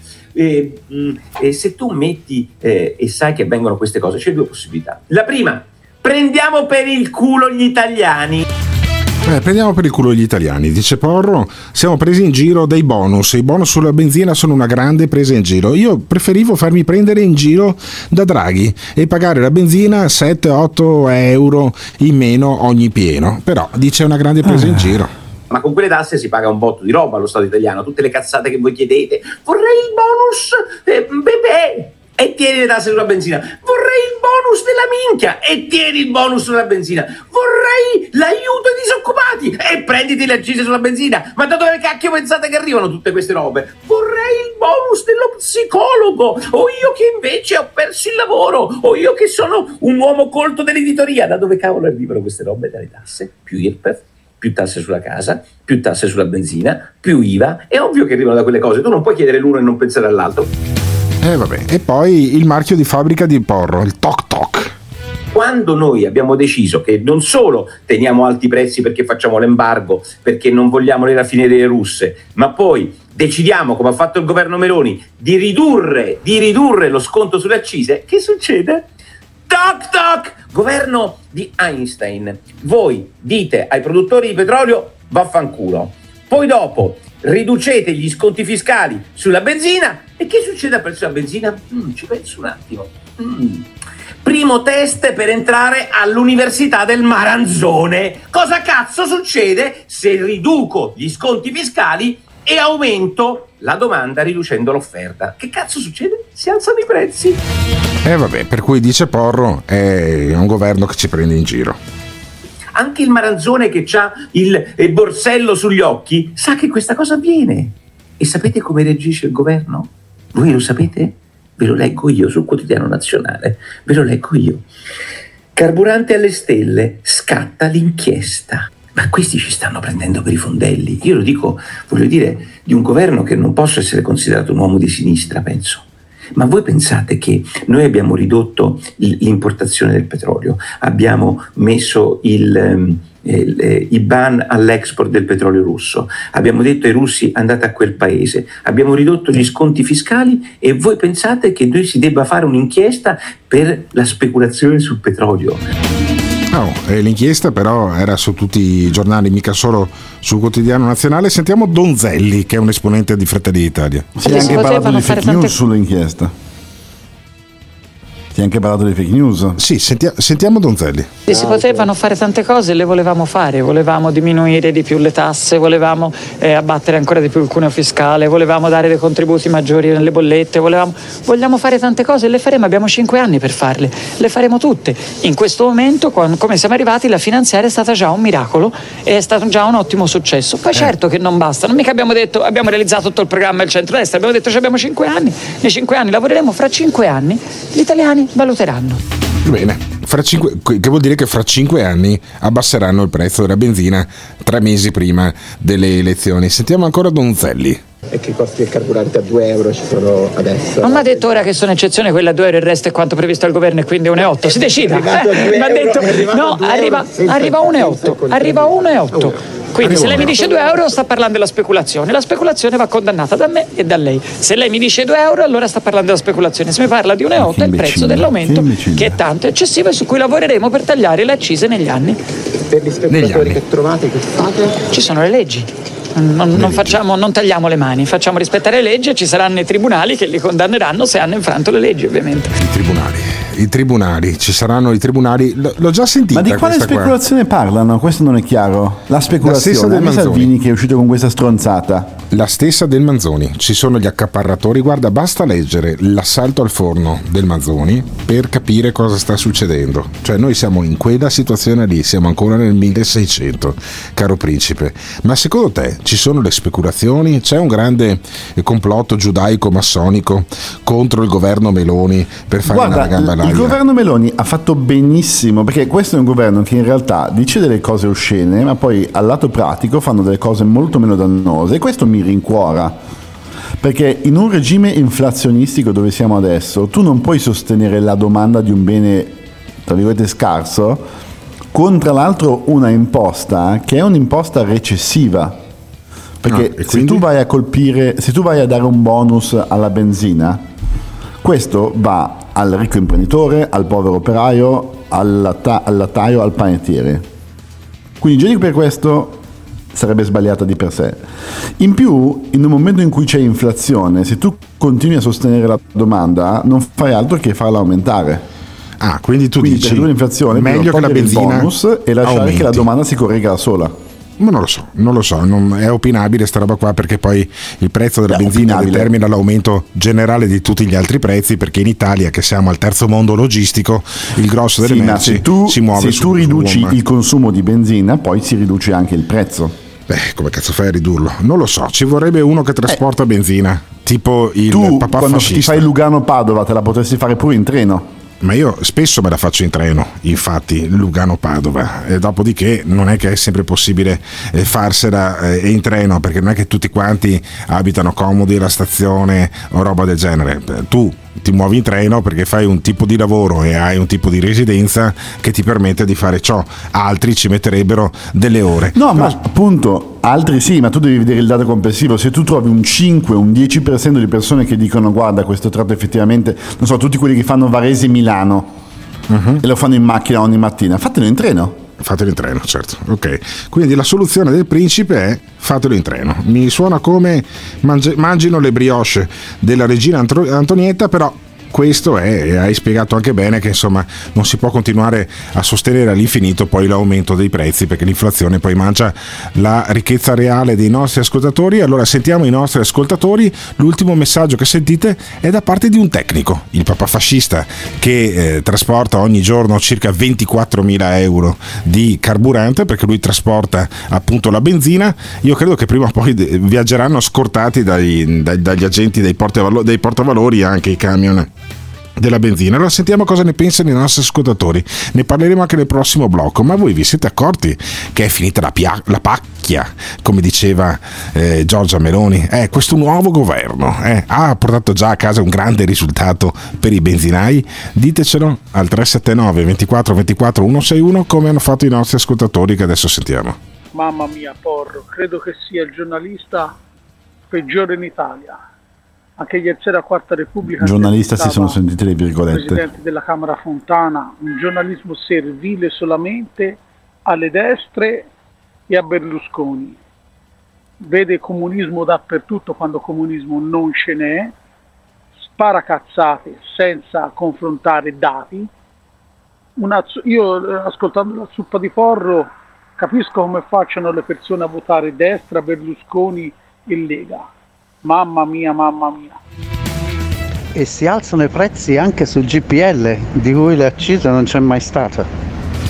se tu metti e sai che avvengono queste cose, c'è 2 possibilità. La prima, prendiamo per il culo gli italiani. Prendiamo per il culo gli italiani, dice Porro, siamo presi in giro dai bonus, i bonus sulla benzina sono una grande presa in giro, io preferivo farmi prendere in giro da Draghi e pagare la benzina 7-8 euro in meno ogni pieno, però dice una grande presa in giro. Ma con quelle tasse si paga un botto di roba allo Stato italiano, tutte le cazzate che voi chiedete, vorrei il bonus bebè e tieni le tasse sulla benzina, vorrei il bonus della minchia e tieni il bonus sulla benzina, vorrei l'aiuto ai disoccupati e prenditi le accise sulla benzina. Ma da dove cacchio pensate che arrivano tutte queste robe? Vorrei il bonus dello psicologo, o io che invece ho perso il lavoro, o io che sono un uomo colto dell'editoria. Da dove cavolo arrivano queste robe? Dalle tasse, più IRPEF, più tasse sulla casa, più tasse sulla benzina, più IVA. È ovvio che arrivano da quelle cose, tu non puoi chiedere l'uno e non pensare all'altro. E poi il marchio di fabbrica di Porro, il Toc Toc. Quando noi abbiamo deciso che non solo teniamo alti i prezzi perché facciamo l'embargo, perché non vogliamo le raffinerie russe, ma poi decidiamo, come ha fatto il governo Meloni, di ridurre lo sconto sulle accise, che succede? Toc toc! Governo di Einstein. Voi dite ai produttori di petrolio vaffanculo. Poi dopo riducete gli sconti fiscali sulla benzina. E che succede al prezzo della benzina? Ci penso un attimo. Primo test per entrare all'Università del Maranzone. Cosa cazzo succede se riduco gli sconti fiscali e aumento la domanda riducendo l'offerta? Che cazzo succede? Si alzano i prezzi. Per cui dice Porro è un governo che ci prende in giro. Anche il Maranzone che ha il borsello sugli occhi sa che questa cosa avviene. E sapete come reagisce il governo? Voi lo sapete? Ve lo leggo io sul Quotidiano Nazionale. Ve lo leggo io. Carburante alle stelle, scatta l'inchiesta. Ma questi ci stanno prendendo per i fondelli. Io lo dico, voglio dire, di un governo che non posso essere considerato un uomo di sinistra, penso. Ma voi pensate che noi abbiamo ridotto l'importazione del petrolio, abbiamo messo i ban all'export del petrolio russo, abbiamo detto ai russi andate a quel paese, abbiamo ridotto gli sconti fiscali, e voi pensate che noi si debba fare un'inchiesta per la speculazione sul petrolio? No, l'inchiesta però era su tutti i giornali, mica solo sul Quotidiano Nazionale. Sentiamo Donzelli, che è un esponente di Fratelli d'Italia. Si è anche parlato di fake news sull'inchiesta. Ti hai anche parlato di fake news? Sì, sentiamo Donzelli. Si potevano fare tante cose, le volevamo fare, volevamo diminuire di più le tasse, volevamo abbattere ancora di più il cuneo fiscale, volevamo dare dei contributi maggiori nelle bollette, vogliamo fare tante cose, le faremo, abbiamo 5 anni per farle, le faremo tutte. In questo momento, come siamo arrivati, la finanziaria è stata già un miracolo, è stato già un ottimo successo. Poi certo che non basta, non mica abbiamo detto abbiamo realizzato tutto il programma del centrodestra, abbiamo detto abbiamo 5 anni, nei 5 anni lavoreremo, fra 5 anni gli italiani valuteranno. Bene, che vuol dire che fra 5 anni abbasseranno il prezzo della benzina 3 mesi prima delle elezioni. Sentiamo ancora Donzelli. E che costi del carburante a 2 euro ci sono adesso? Non mi ha detto ora che sono eccezione quella a 2 euro, il resto è quanto previsto dal governo e quindi 1,8. Si decida. Mi ha detto no, arriva a 1,8. Arriva a 1,8. Quindi se lei mi dice 2 euro sta parlando della speculazione. La speculazione va condannata da me e da lei. Se lei mi dice 2 euro allora sta parlando della speculazione. Se mi parla di 1,8 è il prezzo dell'aumento, che è tanto eccessivo e su cui lavoreremo per tagliare le accise negli anni. Per gli speculatori che trovate, che fate? Ci sono le leggi. Non tagliamo le mani, facciamo rispettare le leggi e ci saranno i tribunali che li condanneranno se hanno infranto le leggi, ovviamente. I tribunali, ci saranno i tribunali. L'ho già sentita. Ma di quale speculazione parlano? Questo non è chiaro. La speculazione di Salvini che è uscito con questa stronzata. La stessa del Manzoni. Ci sono gli accaparratori. Guarda, basta leggere l'assalto al forno del Manzoni per capire cosa sta succedendo. Cioè noi siamo in quella situazione lì, siamo ancora nel 1600, caro principe. Ma secondo te ci sono le speculazioni? C'è un grande complotto giudaico-massonico contro il governo Meloni per fare una gamba all'aria? Il governo Meloni ha fatto benissimo, perché questo è un governo che in realtà dice delle cose oscene, ma poi al lato pratico fanno delle cose molto meno dannose, e questo mi rincuora, perché in un regime inflazionistico dove siamo adesso tu non puoi sostenere la domanda di un bene tra virgolette scarso con tra l'altro una imposta che è un'imposta recessiva, perché se tu vai a colpire, se tu vai a dare un bonus alla benzina, questo va al ricco imprenditore, al povero operaio, al lattaio, al panettiere. Quindi già per questo sarebbe sbagliata di per sé. In più, in un momento in cui c'è inflazione, se tu continui a sostenere la domanda, non fai altro che farla aumentare. Quindi tu dici per l'inflazione meglio che la benzina bonus e lasciare aumenti, che la domanda si corregga da sola. Ma non lo so, non è opinabile sta roba qua, perché poi il prezzo della benzina determina l'aumento generale di tutti gli altri prezzi, perché in Italia, che siamo al terzo mondo logistico, il grosso delle merci si muove. Se tu riduci il consumo di benzina, poi si riduce anche il prezzo. Come cazzo fai a ridurlo? Non lo so, ci vorrebbe uno che trasporta benzina, tipo il papà quando fascista. Ti fai Lugano-Padova te la potresti fare pure in treno. Ma io spesso me la faccio in treno, infatti, Lugano-Padova, e dopodiché non è che è sempre possibile farsela in treno, perché non è che tutti quanti abitano comodi alla stazione o roba del genere. Tu ti muovi in treno perché fai un tipo di lavoro e hai un tipo di residenza che ti permette di fare ciò, altri ci metterebbero delle ore. No, ma appunto altri sì, ma tu devi vedere il dato complessivo. Se tu trovi un 5, un 10% di persone che dicono guarda, questo tratto effettivamente, non so, tutti quelli che fanno Varese-Milano e lo fanno in macchina ogni mattina, fatelo in treno. Fatelo in treno, certo. Ok, quindi la soluzione del principe è fatelo in treno. Mi suona come mangino le brioche della regina Antonietta, però questo è, e hai spiegato anche bene che insomma non si può continuare a sostenere all'infinito poi l'aumento dei prezzi, perché l'inflazione poi mangia la ricchezza reale dei nostri ascoltatori. Allora sentiamo i nostri ascoltatori. L'ultimo messaggio che sentite è da parte di un tecnico, il papà fascista, che trasporta ogni giorno circa 24.000 euro di carburante, perché lui trasporta appunto la benzina. Io credo che prima o poi viaggeranno scortati dagli agenti dei portavalori anche i camion della benzina. Allora sentiamo cosa ne pensano i nostri ascoltatori, ne parleremo anche nel prossimo blocco. Ma voi vi siete accorti che è finita la PAC? macchia, come diceva Giorgia Meloni. Questo nuovo governo ha portato già a casa un grande risultato per i benzinai? Ditecelo al 379 24 24 161 come hanno fatto i nostri ascoltatori che adesso sentiamo. Mamma mia, Porro, credo che sia il giornalista peggiore in Italia. Anche ieri sera a Quarta Repubblica giornalista si sono sentite le virgolette. Il presidente della Camera Fontana, un giornalismo servile solamente alle destre e a Berlusconi. Vede comunismo dappertutto quando comunismo non ce n'è, spara cazzate senza confrontare dati. Io ascoltando la zuppa di Porro capisco come facciano le persone a votare destra, Berlusconi e Lega. Mamma mia. E si alzano i prezzi anche sul GPL, di cui le accise non c'è mai stata.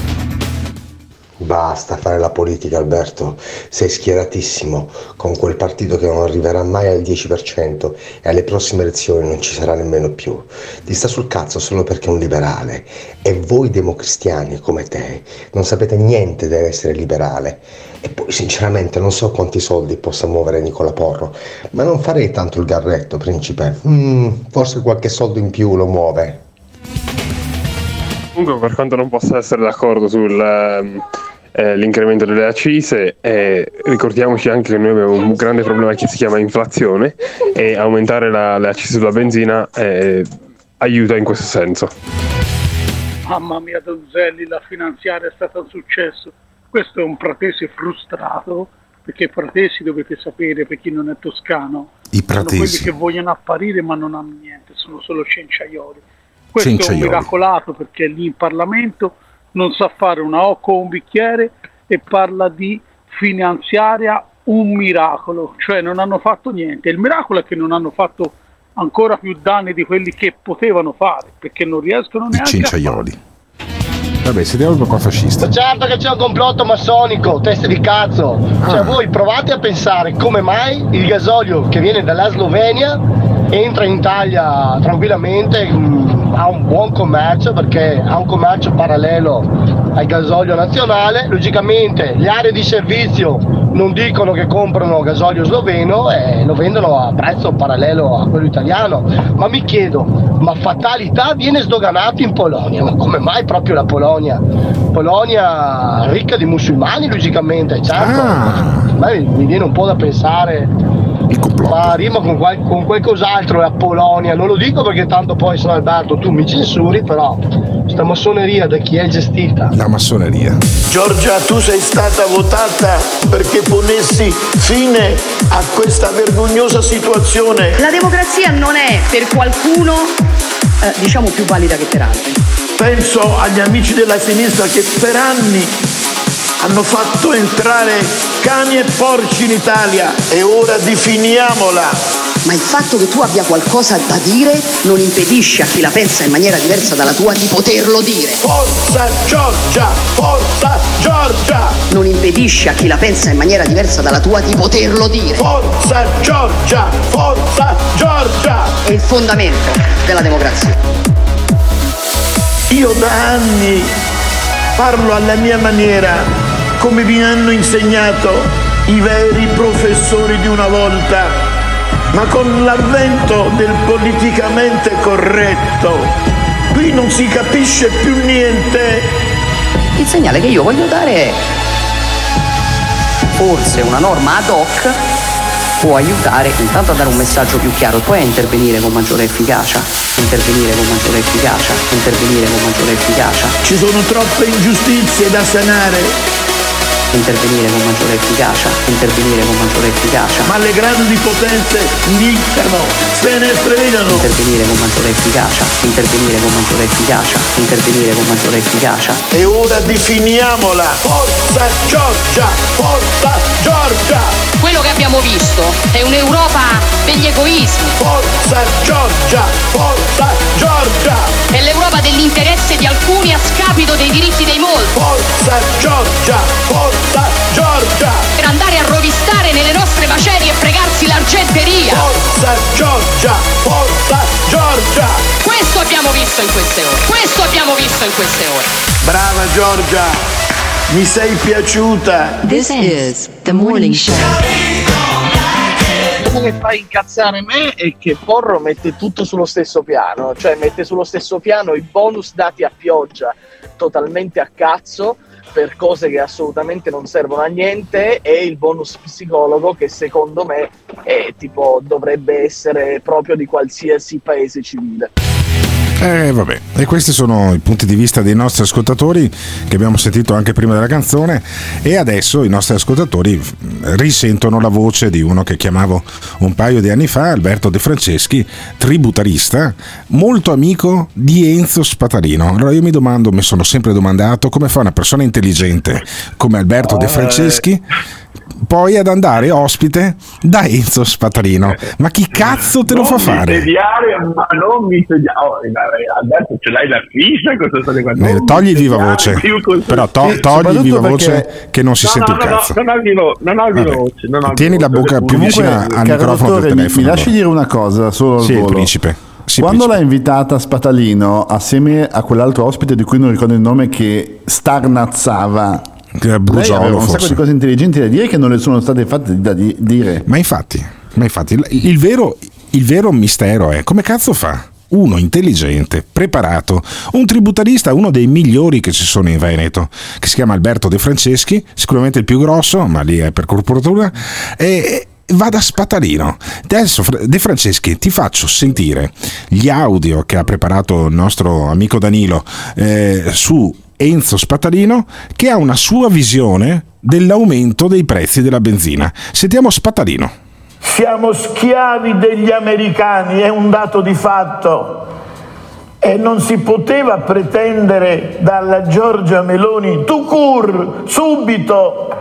Basta fare la politica, Alberto, sei schieratissimo con quel partito che non arriverà mai al 10% e alle prossime elezioni non ci sarà nemmeno più. Ti sta sul cazzo solo perché è un liberale e voi democristiani come te non sapete niente dell'essere liberale. E poi sinceramente non so quanti soldi possa muovere Nicola Porro, ma non farei tanto il garretto, principe. Forse qualche soldo in più lo muove. Comunque, per quanto non possa essere d'accordo sul l'incremento delle accise, ricordiamoci anche che noi abbiamo un grande problema che si chiama inflazione e aumentare le accise sulla benzina aiuta in questo senso. Mamma mia Donzelli, la finanziaria è stata un successo. Questo è un pratese frustrato, perché pratesi dovete sapere, per chi non è toscano, sono quelli che vogliono apparire ma non hanno niente, sono solo cenciaioli. Questo è un miracolato perché è lì in Parlamento, non sa fare una O con un bicchiere e parla di finanziaria, un miracolo, cioè non hanno fatto niente. Il miracolo è che non hanno fatto ancora più danni di quelli che potevano fare, perché non riescono neanche a fare. Vabbè, sentiamo un po' fascista. Certo che c'è un complotto massonico, teste di cazzo. Cioè voi provate a pensare come mai il gasolio che viene dalla Slovenia entra in Italia tranquillamente, ha un buon commercio perché ha un commercio parallelo al gasolio nazionale. Logicamente le aree di servizio non dicono che comprano gasolio sloveno e lo vendono a prezzo parallelo a quello italiano. Ma mi chiedo, ma fatalità viene sdoganato in Polonia? Ma come mai proprio la Polonia? Polonia ricca di musulmani logicamente, certo. A me mi viene un po' da pensare, ma rima con qualcos'altro la Polonia, non lo dico perché tanto poi sono Alberto, tu mi censuri, però sta massoneria da chi è gestita? La massoneria. Giorgia, tu sei stata votata perché ponessi fine a questa vergognosa situazione. La democrazia non è per qualcuno diciamo più valida che per altri. Penso agli amici della sinistra che per anni hanno fatto entrare cani e porci in Italia e ora definiamola. Ma il fatto che tu abbia qualcosa da dire non impedisce a chi la pensa in maniera diversa dalla tua di poterlo dire. Forza Giorgia! Forza Giorgia! Non impedisce a chi la pensa in maniera diversa dalla tua di poterlo dire. Forza Giorgia! Forza Giorgia! È il fondamento della democrazia. Io da anni parlo alla mia maniera, come mi hanno insegnato i veri professori di una volta. Ma con l'avvento del politicamente corretto, qui non si capisce più niente. Il segnale che io voglio dare è: forse una norma ad hoc può aiutare intanto a dare un messaggio più chiaro e poi a intervenire con maggiore efficacia. Ci sono troppe ingiustizie da sanare. Intervenire con maggiore efficacia. Ma le grandi potenze diccano, se ne fregano. Intervenire con maggiore efficacia. E ora definiamola. Forza Giorgia! Forza Giorgia! Quello che abbiamo visto è un'Europa degli egoismi. Forza Giorgia! Forza Giorgia! È l'Europa dell'interesse di alcuni a scapito dei diritti dei molti. Forza Giorgia! Forza Giorgia! Per andare a rovistare nelle nostre macerie e fregarsi l'argenteria. Forza Giorgia! Forza Giorgia! Questo abbiamo visto in queste ore. Brava Giorgia! mi sei piaciuta. This is the morning show. Quello che fa incazzare me è che Porro mette tutto sullo stesso piano, cioè mette sullo stesso piano i bonus dati a pioggia totalmente a cazzo per cose che assolutamente non servono a niente, e il bonus psicologo che secondo me è tipo dovrebbe essere proprio di qualsiasi paese civile. Vabbè, e questi sono i punti di vista dei nostri ascoltatori che abbiamo sentito anche prima della canzone, e adesso i nostri ascoltatori risentono la voce di uno che chiamavo un paio di anni fa, Alberto De Franceschi, tributarista, molto amico di Enzo Spatarino. Allora io mi sono sempre domandato come fa una persona intelligente come Alberto De Franceschi poi ad andare ospite da Enzo Spatarino. Ma chi cazzo te lo fa fare? Ma non mi adesso ce l'hai la fiscia con questa storia. Togli viva voce, però togli viva voce che non si sente un cazzo. Non ho il viva voce. Tieni la bocca più vicina al microfono del telefono. Mi lasci dire una cosa solo al volo. Principe. Quando l'ha invitata Spatalino assieme a quell'altro ospite di cui non ricordo il nome, che starnazzava, lei aveva un sacco di cose intelligenti da dire che non le sono state fatte da dire. Ma infatti il vero mistero è come cazzo fa uno intelligente, preparato, un tributarista, uno dei migliori che ci sono in Veneto, che si chiama Alberto De Franceschi, sicuramente il più grosso, ma lì è per corporatura, e va da Spatarino. Adesso De Franceschi, ti faccio sentire gli audio che ha preparato il nostro amico Danilo su Enzo Spatarino, che ha una sua visione dell'aumento dei prezzi della benzina. Sentiamo Spatarino. Siamo schiavi degli americani, è un dato di fatto, e non si poteva pretendere dalla Giorgia Meloni tout court, subito,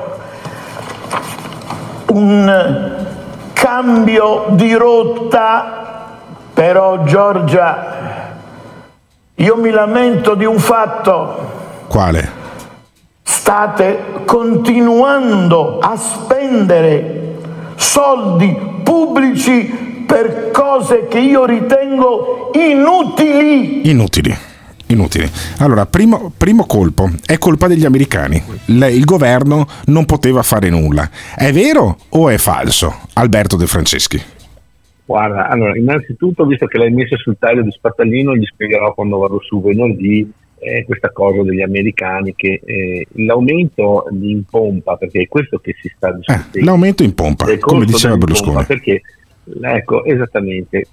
un cambio di rotta. Però Giorgia, io mi lamento di un fatto. Quale? State continuando a spendere soldi pubblici per cose che io ritengo inutili. Allora, primo colpo, è colpa degli americani. Il governo non poteva fare nulla. È vero o è falso, Alberto De Franceschi? Guarda, allora, innanzitutto, visto che l'hai messo sul taglio di Spatalino, gli spiegherò quando vado su venerdì questa cosa degli americani, che l'aumento in pompa, perché è questo che si sta discutendo. L'aumento in pompa, come diceva Berlusconi. Perché, ecco, esattamente.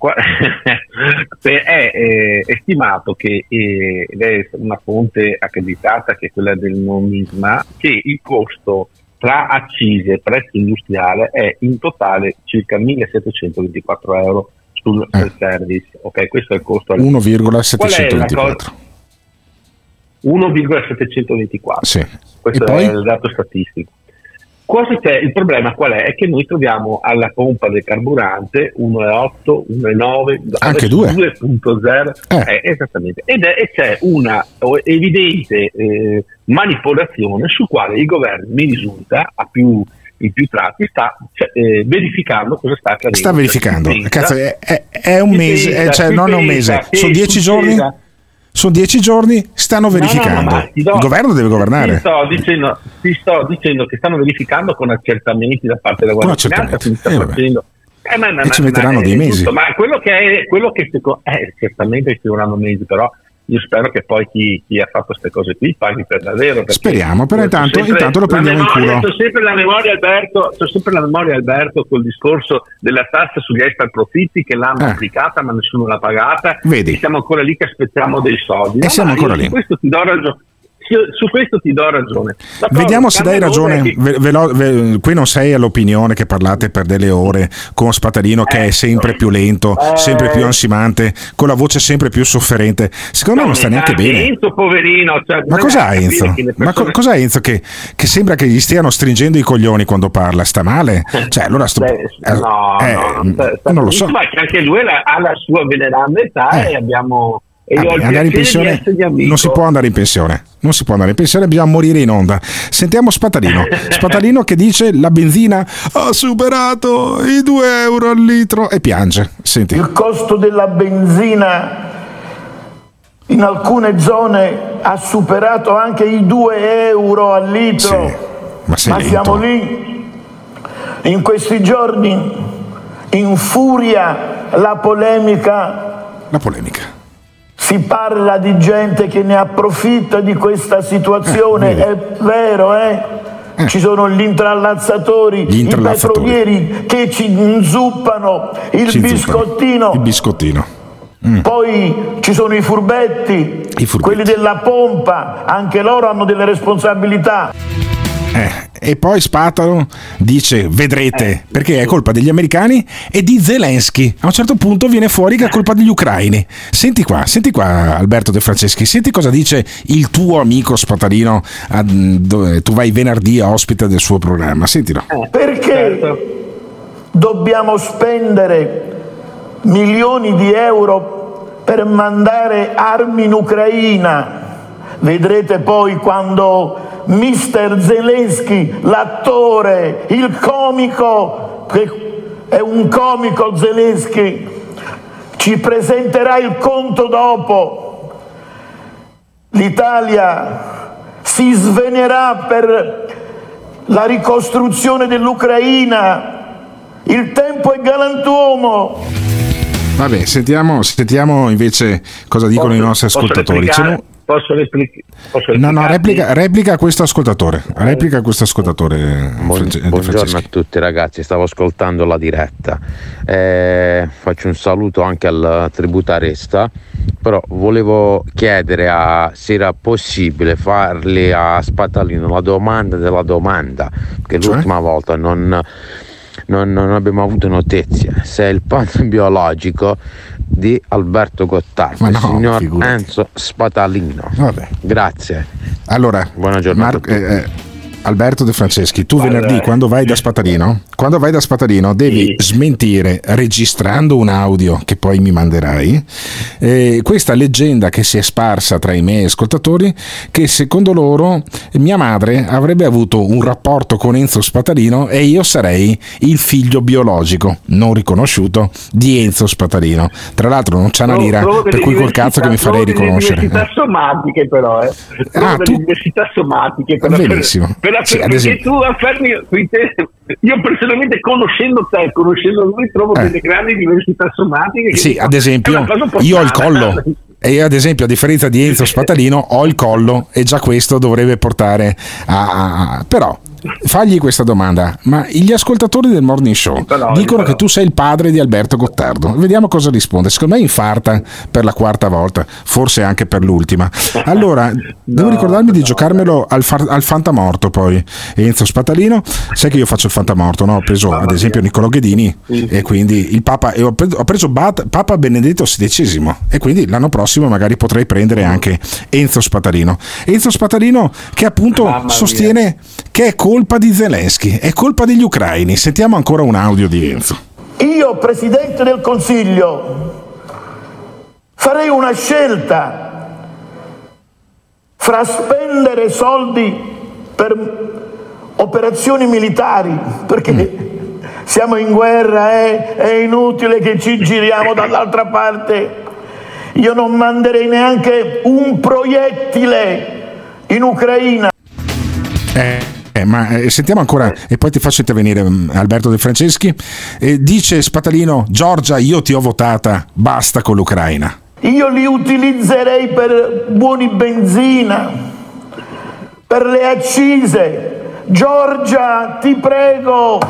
È stimato che, ed è una fonte accreditata, che è quella del Nomisma, che il costo tra accise e prezzo industriale è in totale circa 1.724 euro sul service. Ok, questo è il costo. 1,724. 1,724. Sì. Questo è il dato statistico. Cosa c'è? Il problema qual è? È che noi troviamo alla pompa del carburante 1,8, 1,9, anche 2,0. Esattamente. E c'è una evidente manipolazione sul quale il governo, mi risulta, in più tratti, sta verificando cosa sta accadendo. Sta verificando. Cazzo, è un mese, cioè non è un mese, sono 10 giorni. Sono 10 giorni, stanno verificando. Il governo deve governare. Ti sto dicendo che stanno verificando con accertamenti da parte della Guardia di Finanza. E ci metteranno dei mesi. Giusto, ma quello che certamente ci vorranno mesi, però io spero che poi chi ha fatto queste cose qui paghi per davvero. Speriamo, però intanto lo prendiamo in culo. C'ho sempre la memoria, Alberto, col discorso della tassa sugli extra profitti che l'hanno applicata ma nessuno l'ha pagata. Vedi. E siamo ancora lì che aspettiamo dei soldi. Siamo ancora lì. Su questo ti do ragione. Vediamo se dai ragione. Qui non sei all'opinione che parlate per delle ore con Spatarino, che è sempre più lento, sempre più ansimante, con la voce sempre più sofferente. Secondo me non sta neanche bene. Enzo, poverino. Ma cos'ha Enzo? Ma cos'ha Enzo che sembra che gli stiano stringendo i coglioni quando parla? Sta male? Cioè, allora non lo so. Ma anche lui ha la sua veneranda età e abbiamo. Andare in pensione non si può andare in pensione, bisogna morire in onda. Sentiamo Spatarino che dice la benzina ha superato i 2 euro al litro e piange. Senti. Il costo della benzina in alcune zone ha superato anche i 2 euro al litro, ma siamo lì. In questi giorni infuria la polemica. Si parla di gente che ne approfitta di questa situazione, è vero, Ci sono gli intrallazzatori, i petrolieri che ci inzuppano il biscottino. Poi ci sono i furbetti, quelli della pompa, anche loro hanno delle responsabilità. E poi Spatalo dice vedrete, perché è colpa degli americani e di Zelensky. A un certo punto viene fuori che è colpa degli ucraini. Senti qua Alberto De Franceschi, senti cosa dice il tuo amico Spatalino dove tu vai venerdì a ospite del suo programma. Sentilo. Perché dobbiamo spendere milioni di euro per mandare armi in Ucraina? Vedrete poi quando Mister Zelensky, l'attore, il comico, che è un comico Zelensky, ci presenterà il conto dopo. L'Italia si svenerà per la ricostruzione dell'Ucraina. Il tempo è galantuomo. Vabbè, sentiamo invece cosa dicono i nostri ascoltatori. Posso replicare? No, replica questo ascoltatore. Buongiorno a tutti ragazzi, stavo ascoltando la diretta. Faccio un saluto anche al tributarista, però volevo chiedere se era possibile farle a Spatalino la domanda della domanda, che l'ultima volta non abbiamo avuto notizie, se è il panzo biologico di Alberto Gottardo, il signor figurati. Enzo Spatalino. Vabbè. Grazie. Allora, buona giornata a tutti. Alberto De Franceschi, tu venerdì quando vai da Spatalino devi smentire registrando un audio che poi mi manderai questa leggenda che si è sparsa tra i miei ascoltatori, che secondo loro mia madre avrebbe avuto un rapporto con Enzo Spatalino e io sarei il figlio biologico non riconosciuto di Enzo Spatalino. Tra l'altro non c'è una lira, per cui col cazzo che mi farei riconoscere. Università somatiche però università somatiche benissimo. Sì, perché tu affermi, io personalmente conoscendo lui trovo delle grandi diversità somatiche. Sì, ad esempio io ho il collo e ad esempio a differenza di Enzo Spatalino ho il collo e già questo dovrebbe portare a però fagli questa domanda: ma gli ascoltatori del Morning Show dicono che tu sei il padre di Alberto Gottardo, vediamo cosa risponde. Secondo me infarta per la 4ª volta, forse anche per l'ultima. Allora devo ricordarmi di giocarmelo al fantamorto. Poi Enzo Spatalino, sai che io faccio il fantamorto, no? Ho preso ad esempio Niccolò Ghedini e quindi il Papa, e ho preso Papa Benedetto XVI, e quindi l'anno prossimo magari potrei prendere anche Enzo Spatalino che appunto sostiene che è colpa di Zelensky, è colpa degli ucraini. Sentiamo ancora un audio di Enzo. Io, Presidente del Consiglio, farei una scelta fra spendere soldi per operazioni militari, perché siamo in guerra, è inutile che ci giriamo dall'altra parte. Io non manderei neanche un proiettile in Ucraina. Ma sentiamo ancora e poi ti faccio intervenire Alberto De Franceschi. Dice Spatalino: Giorgia, io ti ho votata, basta con l'Ucraina. Io li utilizzerei per buoni benzina, per le accise. Giorgia, ti prego,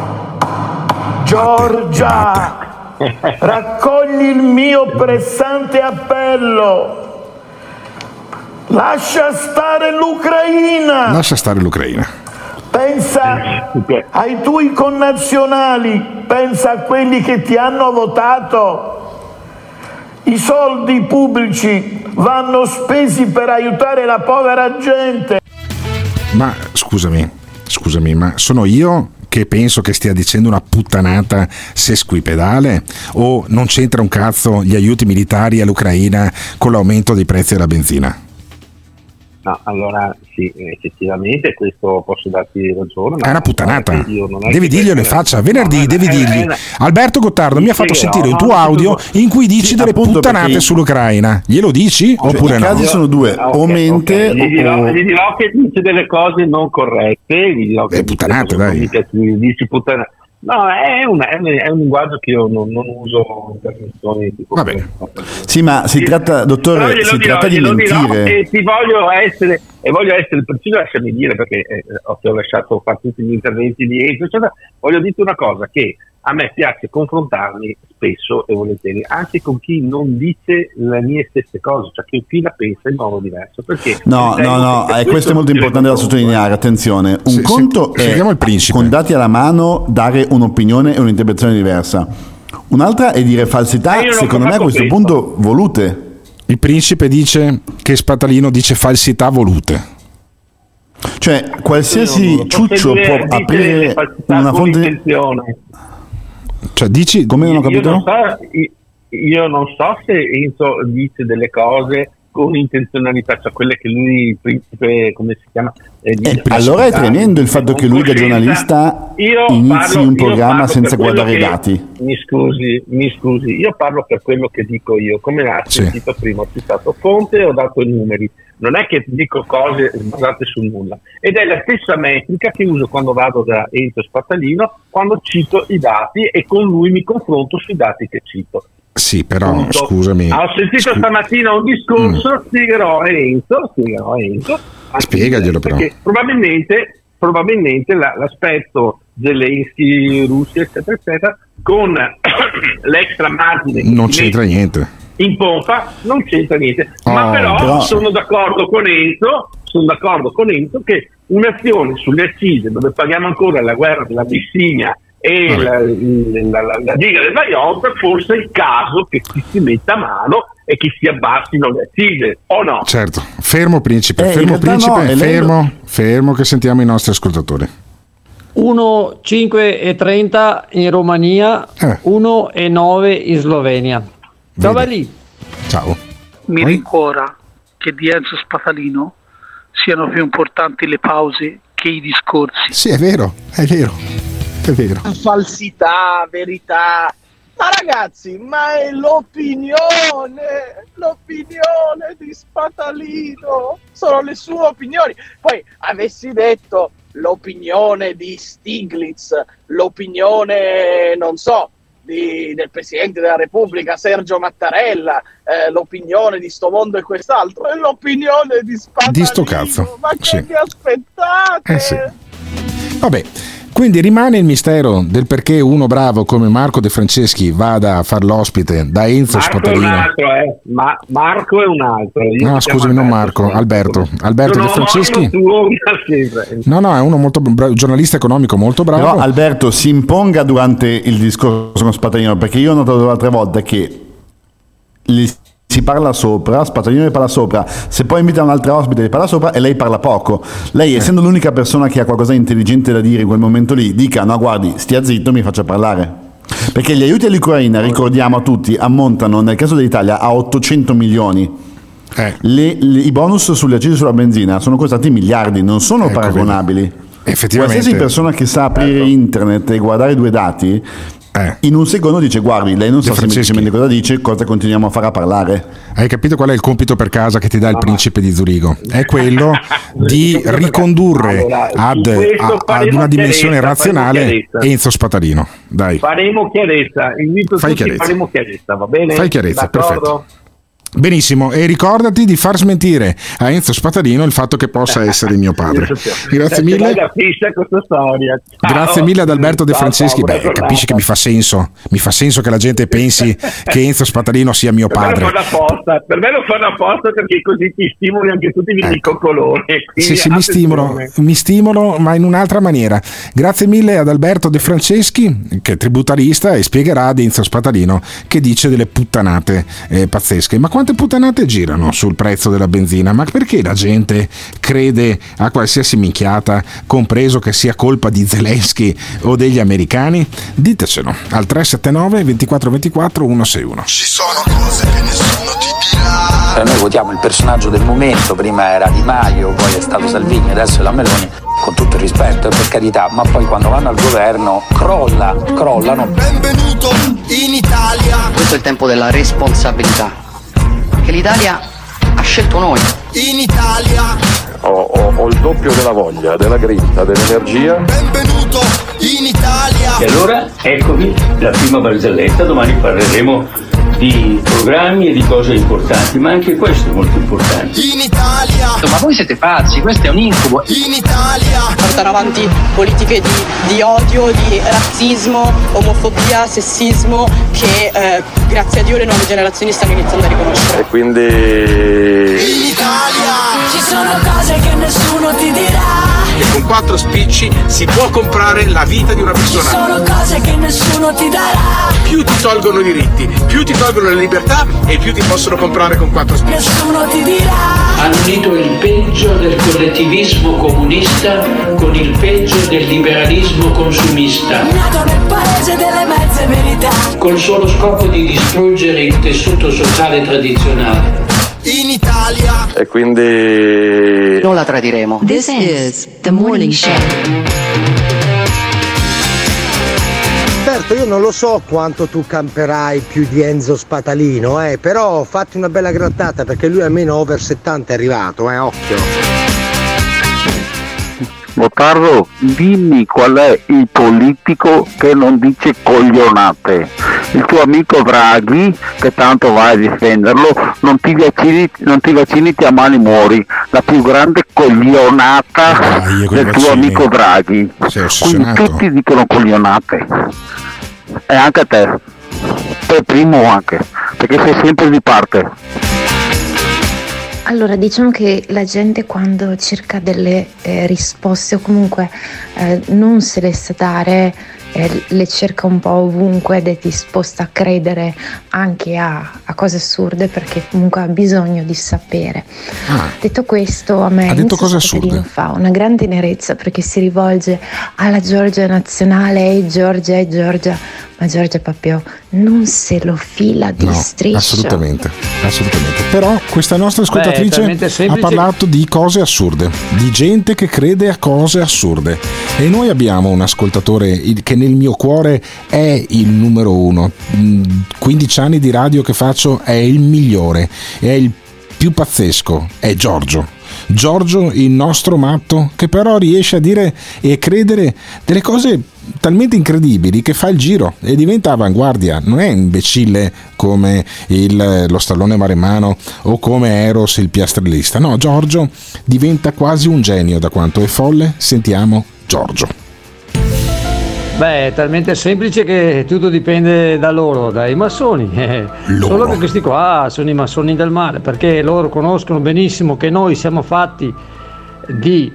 Giorgia, raccogli il mio pressante appello. Lascia stare l'Ucraina. Pensa ai tuoi connazionali, pensa a quelli che ti hanno votato. I soldi pubblici vanno spesi per aiutare la povera gente. Ma scusami, ma sono io che penso che stia dicendo una puttanata sesquipedale, o non c'entra un cazzo gli aiuti militari all'Ucraina con l'aumento dei prezzi della benzina? No, allora sì, effettivamente questo posso darti ragione. È una puttanata. Devi dirglielo in faccia. Venerdì devi dirgli: Alberto Gottardo mi ha fatto sentire un tuo audio in cui dici delle puttanate sull'Ucraina. Glielo dici oppure no? I casi sono due: o mente Gli dirò che dice delle cose non corrette. Gli dirò che puttanate, dai. Dici puttanate. No, è un linguaggio che io non uso per questioni di... Va bene. Sì, ma si tratta, dottore, si tratta di mentire. E voglio essere preciso, lasciami dire, perché ti ho lasciato fare tutti gli interventi di Enzo, eccetera. Voglio dirti una cosa, che a me piace confrontarmi spesso e volentieri anche con chi non dice le mie stesse cose, cioè che chi la pensa in modo diverso. Perché no, questo è molto importante da sottolineare. Attenzione, un conto è il principe, con dati alla mano, dare un'opinione e un'interpretazione diversa. Un'altra è dire falsità, secondo me a questo punto volute. Il principe dice che Spatalino dice falsità volute. Cioè qualsiasi ciuccio può aprire una fonte. Cioè dici come non ho capito? Io non so se Enzo dice delle cose con intenzionalità, cioè quelle che lui, il principe, come si chiama? Allora è tremendo il fatto che lui da giornalista inizi un programma senza guardare i dati. Mi scusi, io parlo per quello che dico io, come ha sentito prima, ho citato fonte, ho dato i numeri, non è che dico cose basate su nulla, ed è la stessa metrica che uso quando vado da Enzo Spatalino, quando cito i dati e con lui mi confronto sui dati che cito. Sì, però scusami. Ho sentito stamattina un discorso, spiegherò a Enzo. Spiegaglielo però. Perché probabilmente l'aspetto Zelensky, Russia, eccetera, eccetera, con l'extra margine non c'entra niente. In pompa non c'entra niente. Ma però sono d'accordo con Enzo che un'azione sulle accise dove paghiamo ancora la guerra della Abissinia e la diga del Vajont, forse è il caso che si metta a mano e che si abbassino le accise, o no? Certo, fermo principe, fermo che sentiamo i nostri ascoltatori. 1,5,30 in Romania, 1,9 in Slovenia. Dove lì? Ciao. Mi rincuora che di Enzo Spatalino siano più importanti le pause che i discorsi. Sì, è vero. Falsità, verità. Ma ragazzi, ma è l'opinione di Spatalino, sono le sue opinioni. Poi avessi detto l'opinione di Stiglitz, l'opinione, non so, del Presidente della Repubblica Sergio Mattarella, l'opinione di sto mondo e quest'altro, e l'opinione di Spatalino. Di sto cazzo. Ma che vi aspettate? Sì. Vabbè. Quindi rimane il mistero del perché uno bravo come Marco De Franceschi vada a far l'ospite da Enzo Spatalino. Marco è un altro. No, scusami, non Marco, Alberto De Franceschi. No, è uno molto bravo, giornalista economico molto bravo. Però Alberto si imponga durante il discorso con Spatalino, perché io ho notato l'altra volta che si parla sopra, Spatalino ne parla sopra, se poi invita un altro ospite ne parla sopra e lei parla poco. Lei, essendo l'unica persona che ha qualcosa di intelligente da dire in quel momento lì, dica: no, guardi, stia zitto, mi faccia parlare. Perché gli aiuti all'Ucraina, ricordiamo a tutti, ammontano nel caso dell'Italia a 800 milioni. I bonus sulle accise sulla benzina sono costati miliardi, non sono paragonabili. Effettivamente. Qualsiasi persona che sa aprire internet e guardare due dati in un secondo dice: guardi, lei non sa semplicemente cosa dice, cosa continuiamo a fare a parlare. Hai capito qual è il compito per casa che ti dà il principe di Zurigo? È quello di ricondurre ad una dimensione razionale Enzo Spatalino. Dai. Faremo chiarezza, faremo chiarezza, va bene? Fai chiarezza, perfetto. Benissimo, e ricordati di far smentire a Enzo Spatalino il fatto che possa essere mio padre. Grazie mille. Grazie mille ad Alberto De Franceschi. Capisci che mi fa senso che la gente pensi che Enzo Spatalino sia mio padre. Per me lo fanno apposta perché così ti stimoli anche tutti i coccoloni. Sì, mi stimolo, ma in un'altra maniera. Grazie mille ad Alberto De Franceschi, che è tributarista e spiegherà ad Enzo Spatalino che dice delle puttanate pazzesche. Ma quante puttanate girano sul prezzo della benzina, ma perché la gente crede a qualsiasi minchiata, compreso che sia colpa di Zelensky o degli americani? Ditecelo al 379 2424 161. Ci sono cose che nessuno ti dirà. Noi votiamo il personaggio del momento, prima era Di Maio, poi è stato Salvini, adesso è la Meloni, con tutto il rispetto e per carità, ma poi quando vanno al governo crollano. Benvenuto in Italia. Questo è il tempo della responsabilità, che l'Italia ha scelto noi. In Italia. Ho il doppio della voglia, della grinta, dell'energia. Benvenuto in Italia. E allora eccomi la prima barzelletta, domani parleremo di programmi e di cose importanti, ma anche questo è molto importante. In Italia. Ma voi siete pazzi, questo è un incubo. In Italia. Portano avanti politiche di odio, di razzismo, omofobia, sessismo che grazie a Dio le nuove generazioni stanno iniziando a riconoscere. E quindi in Italia ci sono cose che nessuno ti dirà. E con 4 spicci si può comprare la vita di una persona. Ci sono cose che nessuno ti darà. Più ti tolgono i diritti, più ti tolgono le libertà e più ti possono comprare con 4 spicci. Nessuno ti dirà. Hanno unito il peggio del collettivismo comunista con il peggio del liberalismo consumista. Nato nel paese delle mezze verità. Col solo scopo di distruggere il tessuto sociale tradizionale. In Italia. E quindi non la tradiremo. This is the morning show. Certo, io non lo so quanto tu camperai più di Enzo Spatalino, però fatti una bella grattata perché lui almeno over 70 è arrivato, occhio. Gottardo, dimmi qual è il politico che non dice coglionate. Il tuo amico Draghi, che tanto vai a difenderlo, non ti vaccini, ti ammali, muori. La più grande coglionata del tuo amico Draghi. Quindi tutti dicono coglionate. E anche te. Per primo anche, perché sei sempre di parte. Allora, diciamo che la gente quando cerca delle risposte o comunque non se le sa dare, le cerca un po' ovunque ed è disposta a credere anche a cose assurde perché comunque ha bisogno di sapere. Detto questo, a me Spatalino fa una gran tenerezza perché si rivolge alla Giorgia nazionale, Giorgia, ma Giorgia proprio non se lo fila di striscio. Assolutamente. Però questa nostra ascoltatrice ha parlato di cose assurde, di gente che crede a cose assurde, e noi abbiamo un ascoltatore che nel mio cuore è il numero 1. 15 anni di radio che faccio, è il migliore, è il più pazzesco, è Giorgio, il nostro matto, che però riesce a dire e credere delle cose talmente incredibili che fa il giro e diventa avanguardia. Non è imbecille come lo Stallone Maremmano o come Eros il piastrellista. No, Giorgio diventa quasi un genio da quanto è folle. Sentiamo Giorgio. Beh, è talmente semplice che tutto dipende da loro, dai massoni. Solo che questi qua sono i massoni del male, perché loro conoscono benissimo che noi siamo fatti di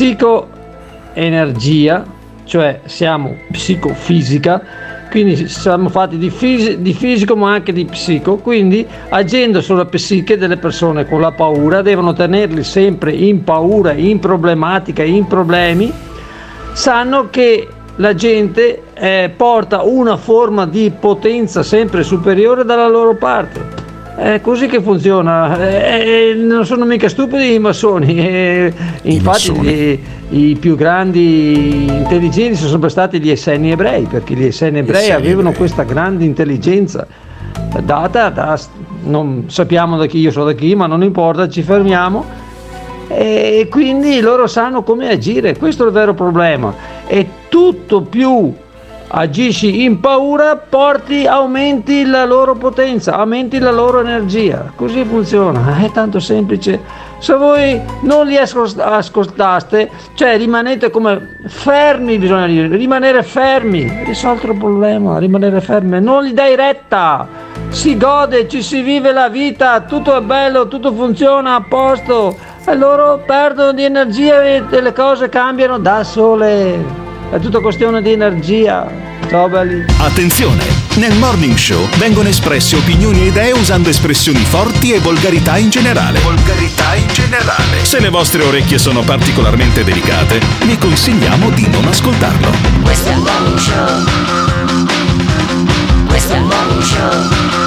psicoenergia, cioè siamo psicofisica, quindi siamo fatti di fisico ma anche di psico, quindi agendo sulla psiche delle persone con la paura, devono tenerli sempre in paura, in problematica, in problemi, sanno che la gente porta una forma di potenza sempre superiore dalla loro parte. È così che funziona. Non sono mica stupidi i massoni. Infatti i più grandi intelligenti sono sempre stati gli esseni ebrei, perché gli esseni ebrei avevano questa grande intelligenza data da, non sappiamo da chi, io so da chi, ma non importa, ci fermiamo. E quindi loro sanno come agire, questo è il vero problema. E tutto più agisci in paura, aumenti la loro potenza, aumenti la loro energia. Così funziona, è tanto semplice. Se voi non li ascoltaste, cioè rimanete come fermi, bisogna dire, rimanere fermi, risolto il problema, rimanere fermi, non gli dai retta, si gode, ci si vive la vita, tutto è bello, tutto funziona a posto, e loro perdono di energia e le cose cambiano da sole. È tutta questione di energia. Ciao belli. Attenzione, Nel Morning Show vengono espresse opinioni e idee usando espressioni forti e volgarità in generale. Se le vostre orecchie sono particolarmente delicate, vi consigliamo di non ascoltarlo. Questo è il Morning Show. Questo è il Morning Show.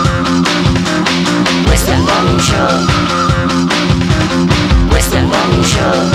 Questo è il Morning Show. Questo è il Morning Show.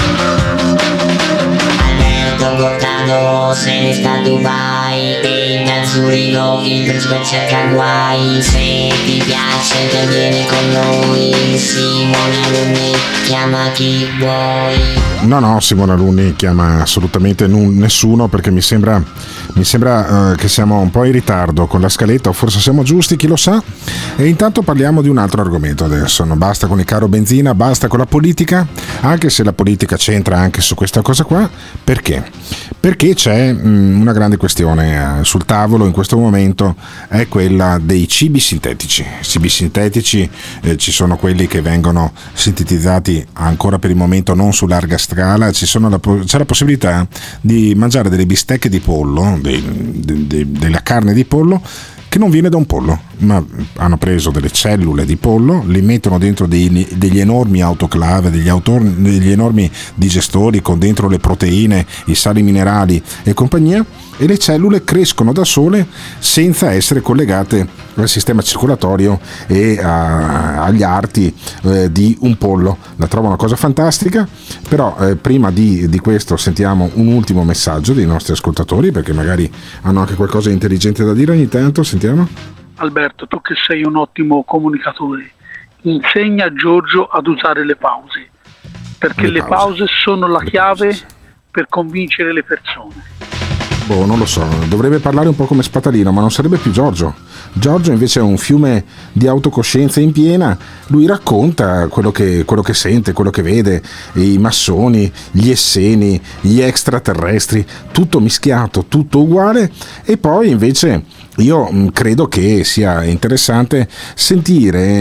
Lontano se ne sta a Dubai e da Zurigo il principe cerca guai. Se ti piace che vieni con noi, Simone Alunni chiama chi vuoi. No, Simone Alunni chiama assolutamente nessuno, perché mi sembra che siamo un po' in ritardo con la scaletta, o forse siamo giusti, chi lo sa. E intanto parliamo di un altro argomento adesso. Non basta con il caro benzina, basta con la politica, anche se la politica c'entra anche su questa cosa qua. Perché? Perché c'è una grande questione sul tavolo in questo momento, è quella dei cibi sintetici. Cibi sintetici, ci sono quelli che vengono sintetizzati ancora per il momento non su larga scala, c'è la possibilità di mangiare delle bistecche di pollo, della carne di pollo che non viene da un pollo, ma hanno preso delle cellule di pollo, li mettono dentro degli enormi autoclave, degli enormi digestori con dentro le proteine, i sali minerali e compagnia, e le cellule crescono da sole senza essere collegate al sistema circolatorio e agli arti di un pollo. La trovo una cosa fantastica, però prima di questo sentiamo un ultimo messaggio dei nostri ascoltatori, perché magari hanno anche qualcosa di intelligente da dire ogni tanto. Sentiamo. Alberto, tu che sei un ottimo comunicatore, insegna a Giorgio ad usare le pause, perché le pause sono la chiave per convincere le persone. Non lo so, dovrebbe parlare un po' come Spatalino, ma non sarebbe più Giorgio. Giorgio invece è un fiume di autocoscienza in piena, lui racconta quello che sente, quello che vede, i massoni, gli esseni, gli extraterrestri, tutto mischiato, tutto uguale. E poi invece io credo che sia interessante sentire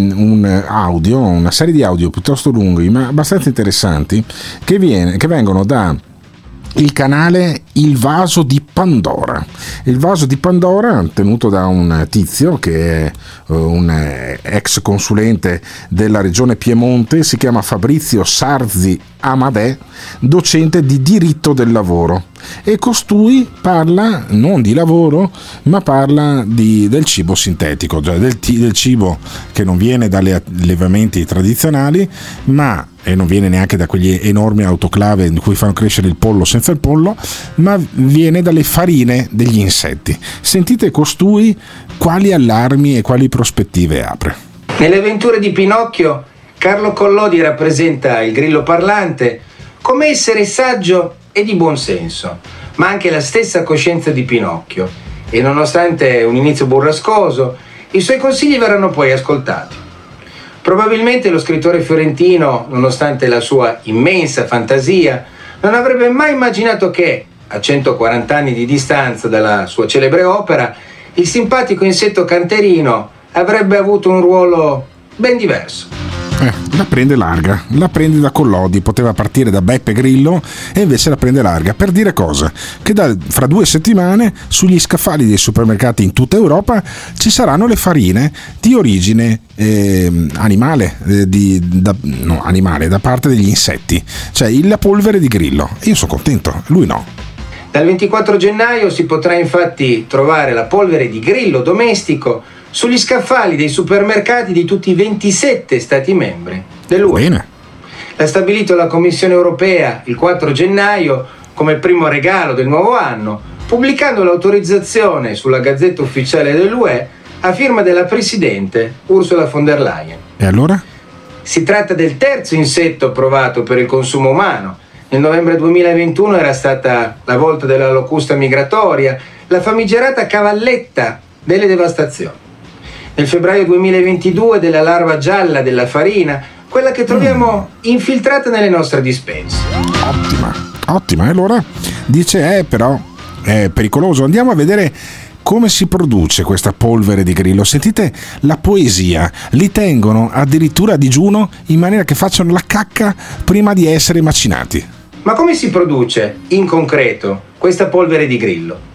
una serie di audio piuttosto lunghi ma abbastanza interessanti che vengono da il canale Il Vaso di Pandora. Il Vaso di Pandora, tenuto da un tizio che è un ex consulente della regione Piemonte, si chiama Fabrizio Sarzi Amadè, docente di diritto del lavoro, e costui parla non di lavoro ma parla del cibo sintetico, cioè del cibo che non viene dagli allevamenti tradizionali, e non viene neanche da quegli enormi autoclave in cui fanno crescere il pollo senza il pollo, ma viene dalle farine degli insetti. Sentite costui quali allarmi e quali prospettive apre. Nelle avventure di Pinocchio, Carlo Collodi rappresenta il grillo parlante come essere saggio e di buon senso, ma anche la stessa coscienza di Pinocchio, e nonostante un inizio burrascoso, i suoi consigli verranno poi ascoltati. Probabilmente lo scrittore fiorentino, nonostante la sua immensa fantasia, non avrebbe mai immaginato che, a 140 anni di distanza dalla sua celebre opera, il simpatico insetto canterino avrebbe avuto un ruolo ben diverso. La prende larga, la prende da Collodi, poteva partire da Beppe Grillo e invece la prende larga. Per dire cosa? Che fra 2 settimane sugli scaffali dei supermercati in tutta Europa ci saranno le farine di origine animale, da parte degli insetti, cioè la polvere di grillo. Io sono contento, lui no. Dal 24 gennaio si potrà infatti trovare la polvere di grillo domestico sugli scaffali dei supermercati di tutti i 27 Stati membri dell'UE. Bene. L'ha stabilito la Commissione europea il 4 gennaio come primo regalo del nuovo anno, pubblicando l'autorizzazione sulla Gazzetta Ufficiale dell'UE a firma della Presidente Ursula von der Leyen. E allora? Si tratta del terzo insetto approvato per il consumo umano. Nel novembre 2021 era stata la volta della locusta migratoria, la famigerata cavalletta delle devastazioni. Nel febbraio 2022 della larva gialla della farina, quella che troviamo infiltrata nelle nostre dispense. Ottima. E allora dice, però è pericoloso. Andiamo a vedere come si produce questa polvere di grillo. Sentite la poesia. Li tengono addirittura a digiuno in maniera che facciano la cacca prima di essere macinati. Ma come si produce, in concreto, questa polvere di grillo?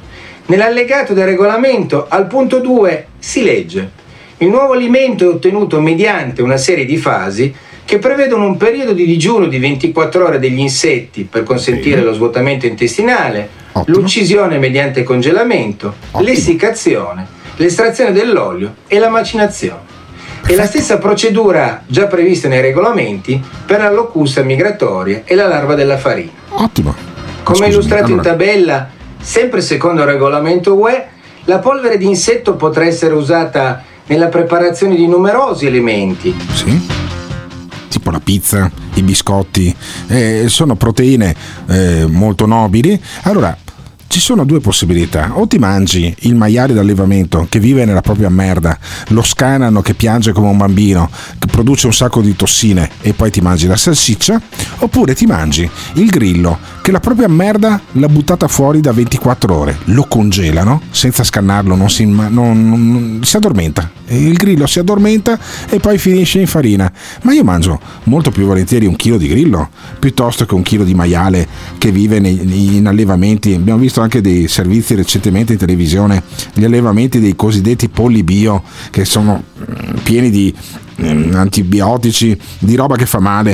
Nell'allegato del regolamento, al punto 2, si legge: il nuovo alimento è ottenuto mediante una serie di fasi che prevedono un periodo di digiuno di 24 ore degli insetti per consentire lo svuotamento intestinale, l'uccisione mediante congelamento, l'essiccazione, l'estrazione dell'olio e la macinazione. E la stessa procedura già prevista nei regolamenti per la locusta migratoria e la larva della farina. Ottimo. Come illustrato in tabella, sempre secondo il regolamento UE, la polvere di insetto potrà essere usata nella preparazione di numerosi alimenti. Sì. Tipo la pizza, i biscotti, sono proteine molto nobili. Allora, ci sono due possibilità: o ti mangi il maiale d'allevamento che vive nella propria merda, lo scanano che piange come un bambino, che produce un sacco di tossine, e poi ti mangi la salsiccia, oppure ti mangi il grillo che la propria merda l'ha buttata fuori da 24 ore, lo congelano senza scannarlo, non si addormenta, il grillo si addormenta e poi finisce in farina. Ma io mangio molto più volentieri un chilo di grillo piuttosto che un chilo di maiale che vive in allevamenti. Abbiamo visto anche dei servizi recentemente in televisione, gli allevamenti dei cosiddetti polli bio, che sono pieni di antibiotici, di roba che fa male.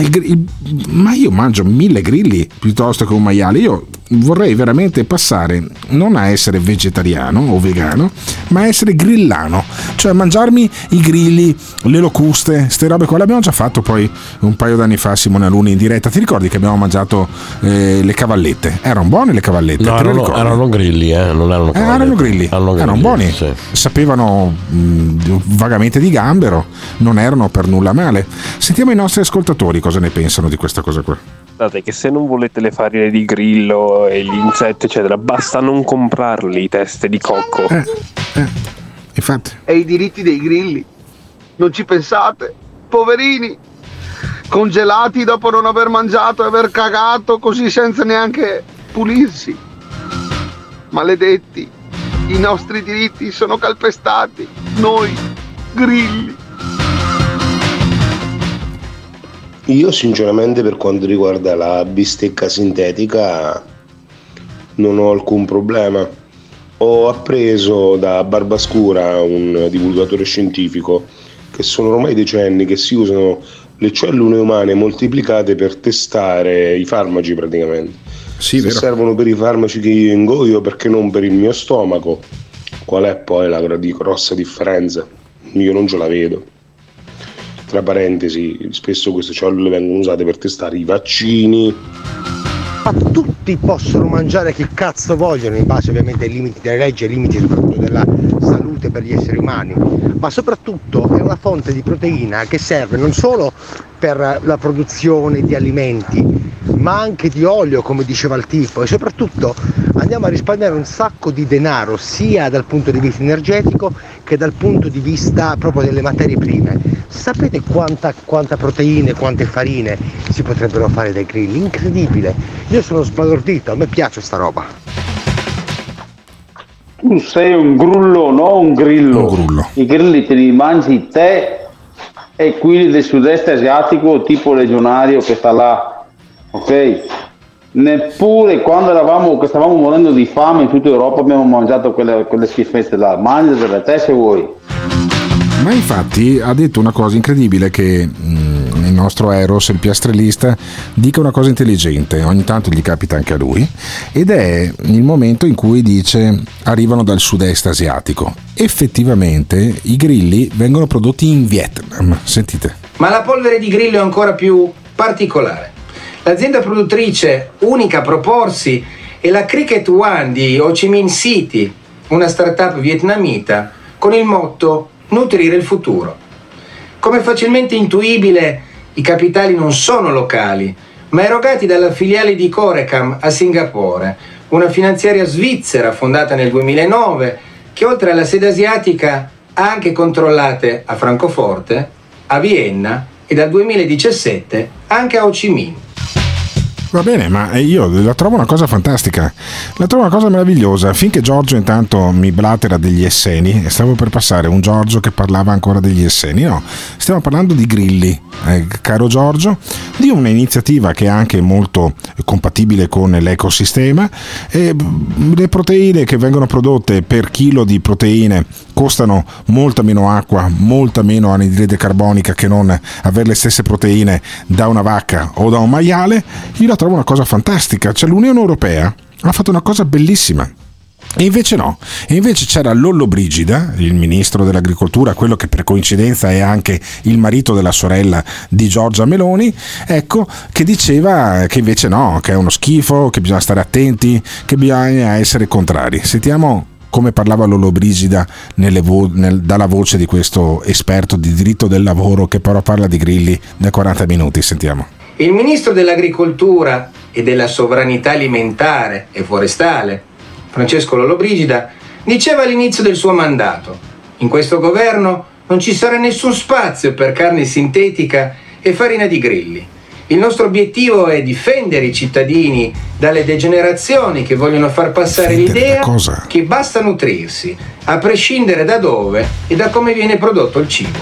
Ma io mangio 1000 grilli piuttosto che un maiale. Io vorrei veramente passare non a essere vegetariano o vegano, ma a essere grillano, cioè mangiarmi i grilli, le locuste, ste robe qua. L'abbiamo già fatto poi un paio d'anni fa, Simone Alunni in diretta. Ti ricordi che abbiamo mangiato le cavallette? Erano buone le cavallette? No, erano grilli, non erano cavallette. Erano grilli, erano buoni, sì. Sapevano vagamente di gambero, non erano per nulla male. Sentiamo i nostri ascoltatori cosa ne pensano di questa cosa qua. Guardate che se non volete le farine di grillo e gli insetti eccetera, basta non comprarli i teste di cocco. Infatti. E i diritti dei grilli, non ci pensate, poverini, congelati dopo non aver mangiato e aver cagato così senza neanche pulirsi. Maledetti, i nostri diritti sono calpestati, noi grilli. Io sinceramente, per quanto riguarda la bistecca sintetica, non ho alcun problema. Ho appreso da Barbascura, un divulgatore scientifico, che sono ormai decenni che si usano le cellule umane moltiplicate per testare i farmaci praticamente. Sì, se vero. servono per i farmaci che io ingoio, perché non per il mio stomaco? Qual è poi la grossa differenza? Io non ce la vedo. Tra parentesi, spesso queste cellule vengono usate per testare i vaccini. Ma tutti possono mangiare che cazzo vogliono, in base ovviamente ai limiti delle leggi e ai limiti soprattutto della salute per gli esseri umani, ma soprattutto è una fonte di proteina che serve non solo per la produzione di alimenti, ma anche di olio, come diceva il tipo, e soprattutto andiamo a risparmiare un sacco di denaro sia dal punto di vista energetico che dal punto di vista proprio delle materie prime. Sapete quanta proteine, quante farine si potrebbero fare dai grilli? Incredibile, io sono sbalordito, a me piace sta roba. Tu sei un grullo, no un grillo. Un grullo. I grilli te li mangi te e quelli del sud-est asiatico, tipo legionario che sta là, ok? Neppure quando che stavamo morendo di fame in tutta Europa abbiamo mangiato quelle schifezze là. Mangiatele te se vuoi. Ma infatti ha detto una cosa incredibile, che il nostro Eros, il piastrellista, dica una cosa intelligente, ogni tanto gli capita anche a lui, ed è il momento in cui dice arrivano dal sud-est asiatico. Effettivamente i grilli vengono prodotti in Vietnam, sentite. Ma la polvere di grillo è ancora più particolare. L'azienda produttrice unica a proporsi è la Cricket One di Ho Chi Minh City, una startup vietnamita con il motto nutrire il futuro. Come facilmente intuibile, i capitali non sono locali, ma erogati dalla filiale di Corecam a Singapore, una finanziaria svizzera fondata nel 2009 che oltre alla sede asiatica ha anche controllate a Francoforte, a Vienna e dal 2017 anche a Ho Chi Minh. Va bene, ma io la trovo una cosa fantastica, la trovo una cosa meravigliosa. Finché Giorgio intanto mi blatera degli esseni, e stavo per passare un Giorgio che parlava ancora degli esseni. No, stiamo parlando di grilli, caro Giorgio. di un'iniziativa che è anche molto compatibile con l'ecosistema. Le proteine che vengono prodotte per chilo di proteine costano molta meno acqua, molta meno anidride carbonica che non avere le stesse proteine da una vacca o da un maiale. Io la trovo una cosa fantastica, cioè l'Unione Europea ha fatto una cosa bellissima. E invece no, e invece c'era Lollobrigida, il ministro dell'agricoltura, quello che per coincidenza è anche il marito della sorella di Giorgia Meloni, ecco, che diceva che invece no, che è uno schifo, che bisogna stare attenti, che bisogna essere contrari. Sentiamo come parlava Lollobrigida dalla voce di questo esperto di diritto del lavoro che però parla di grilli da 40 minuti. Sentiamo. Il ministro dell'agricoltura e della sovranità alimentare e forestale, Francesco Lollobrigida, diceva all'inizio del suo mandato: in questo governo non ci sarà nessun spazio per carne sintetica e farina di grilli. Il nostro obiettivo è difendere i cittadini dalle degenerazioni che vogliono far passare l'idea che basta nutrirsi, a prescindere da dove e da come viene prodotto il cibo.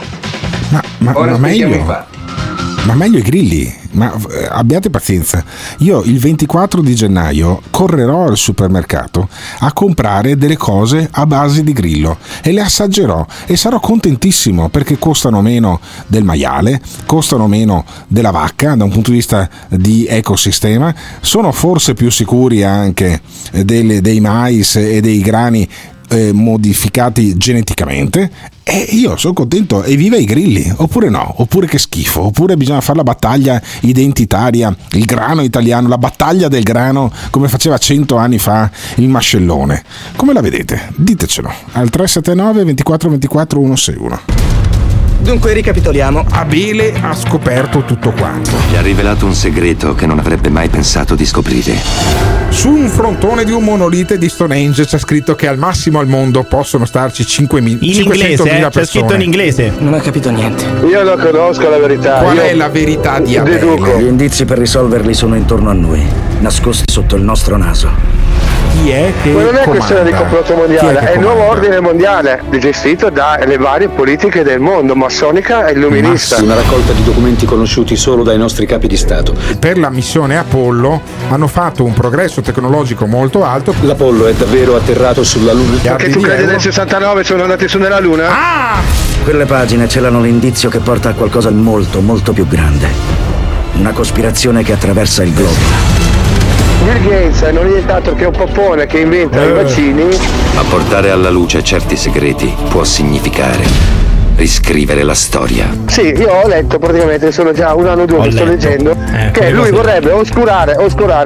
Ora aspettiamo i fatti. Ma meglio i grilli, ma abbiate pazienza. Io il 24 di gennaio correrò al supermercato a comprare delle cose a base di grillo e le assaggerò e sarò contentissimo perché costano meno del maiale, costano meno della vacca da un punto di vista di ecosistema, sono forse più sicuri anche dei mais e dei grani modificati geneticamente, e io sono contento. E viva i grilli, oppure no, oppure che schifo, oppure bisogna fare la battaglia identitaria, il grano italiano, la battaglia del grano come faceva 100 anni fa il mascellone. Come la vedete? Ditecelo al 379 24 24 161. Dunque ricapitoliamo. Abele ha scoperto tutto quanto. Gli ha rivelato un segreto che non avrebbe mai pensato di scoprire. Su un frontone di un monolite di Stonehenge c'è scritto che al massimo al mondo possono starci 500.000 persone. C'è scritto in inglese. Non ho capito niente. Io non conosco la verità. Qual è la verità di Abele? Gli indizi per risolverli sono intorno a noi, nascosti sotto il nostro naso. Chi è che ma non è questione di complotto mondiale, è il nuovo ordine mondiale gestito dalle varie politiche del mondo, massonica e illuminista. Una raccolta di documenti conosciuti solo dai nostri capi di Stato. Per la missione Apollo hanno fatto un progresso tecnologico molto alto. L'Apollo è davvero atterrato sulla Luna. Perché tu credi nel 69 sono andati su nella Luna? Ah! Quelle pagine celano l'indizio che porta a qualcosa di molto, molto più grande. Una cospirazione che attraversa il globo. Bill Gates non è nient'altro che un poppone che inventa i vaccini. Ma portare alla luce certi segreti può significare riscrivere la storia. Sì, io ho letto praticamente, sono già un anno o due che sto leggendo, che lui vorrebbe oscurare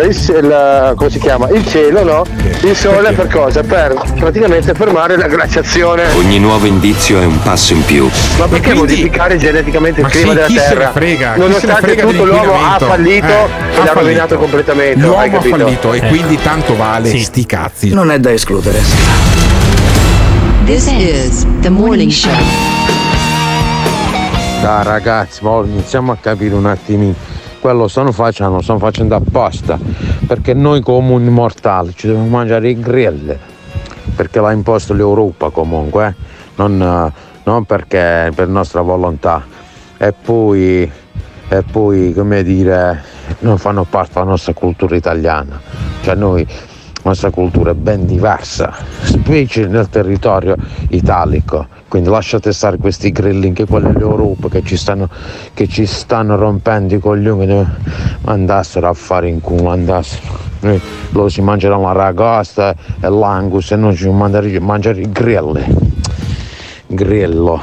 il come si chiama? Il cielo, no? Il sole per cosa? Per praticamente fermare la glaciazione. Ogni nuovo indizio è un passo in più. Ma perché modificare geneticamente il clima della Terra? Nonostante tutto l'uomo ha fallito e l'ha rovinato completamente. L'uomo ha fallito e quindi tanto vale sti cazzi. Non è da escludere. This is the morning show. Dai ragazzi, ma iniziamo a capire un attimino. Quello stanno facendo apposta, perché noi comuni mortali ci dobbiamo mangiare i grill, perché l'ha imposto l'Europa comunque, non perché per nostra volontà. E poi come dire, non fanno parte della nostra cultura italiana, cioè la nostra cultura è ben diversa, specie nel territorio italico. Quindi lasciate stare questi grilli, che quelli dell'Europa che ci stanno rompendo i coglioni, andassero a fare in culo, andassero. Loro si mangeranno la ragosta e l'angus e noi ci mangiare i grilli. Grillo.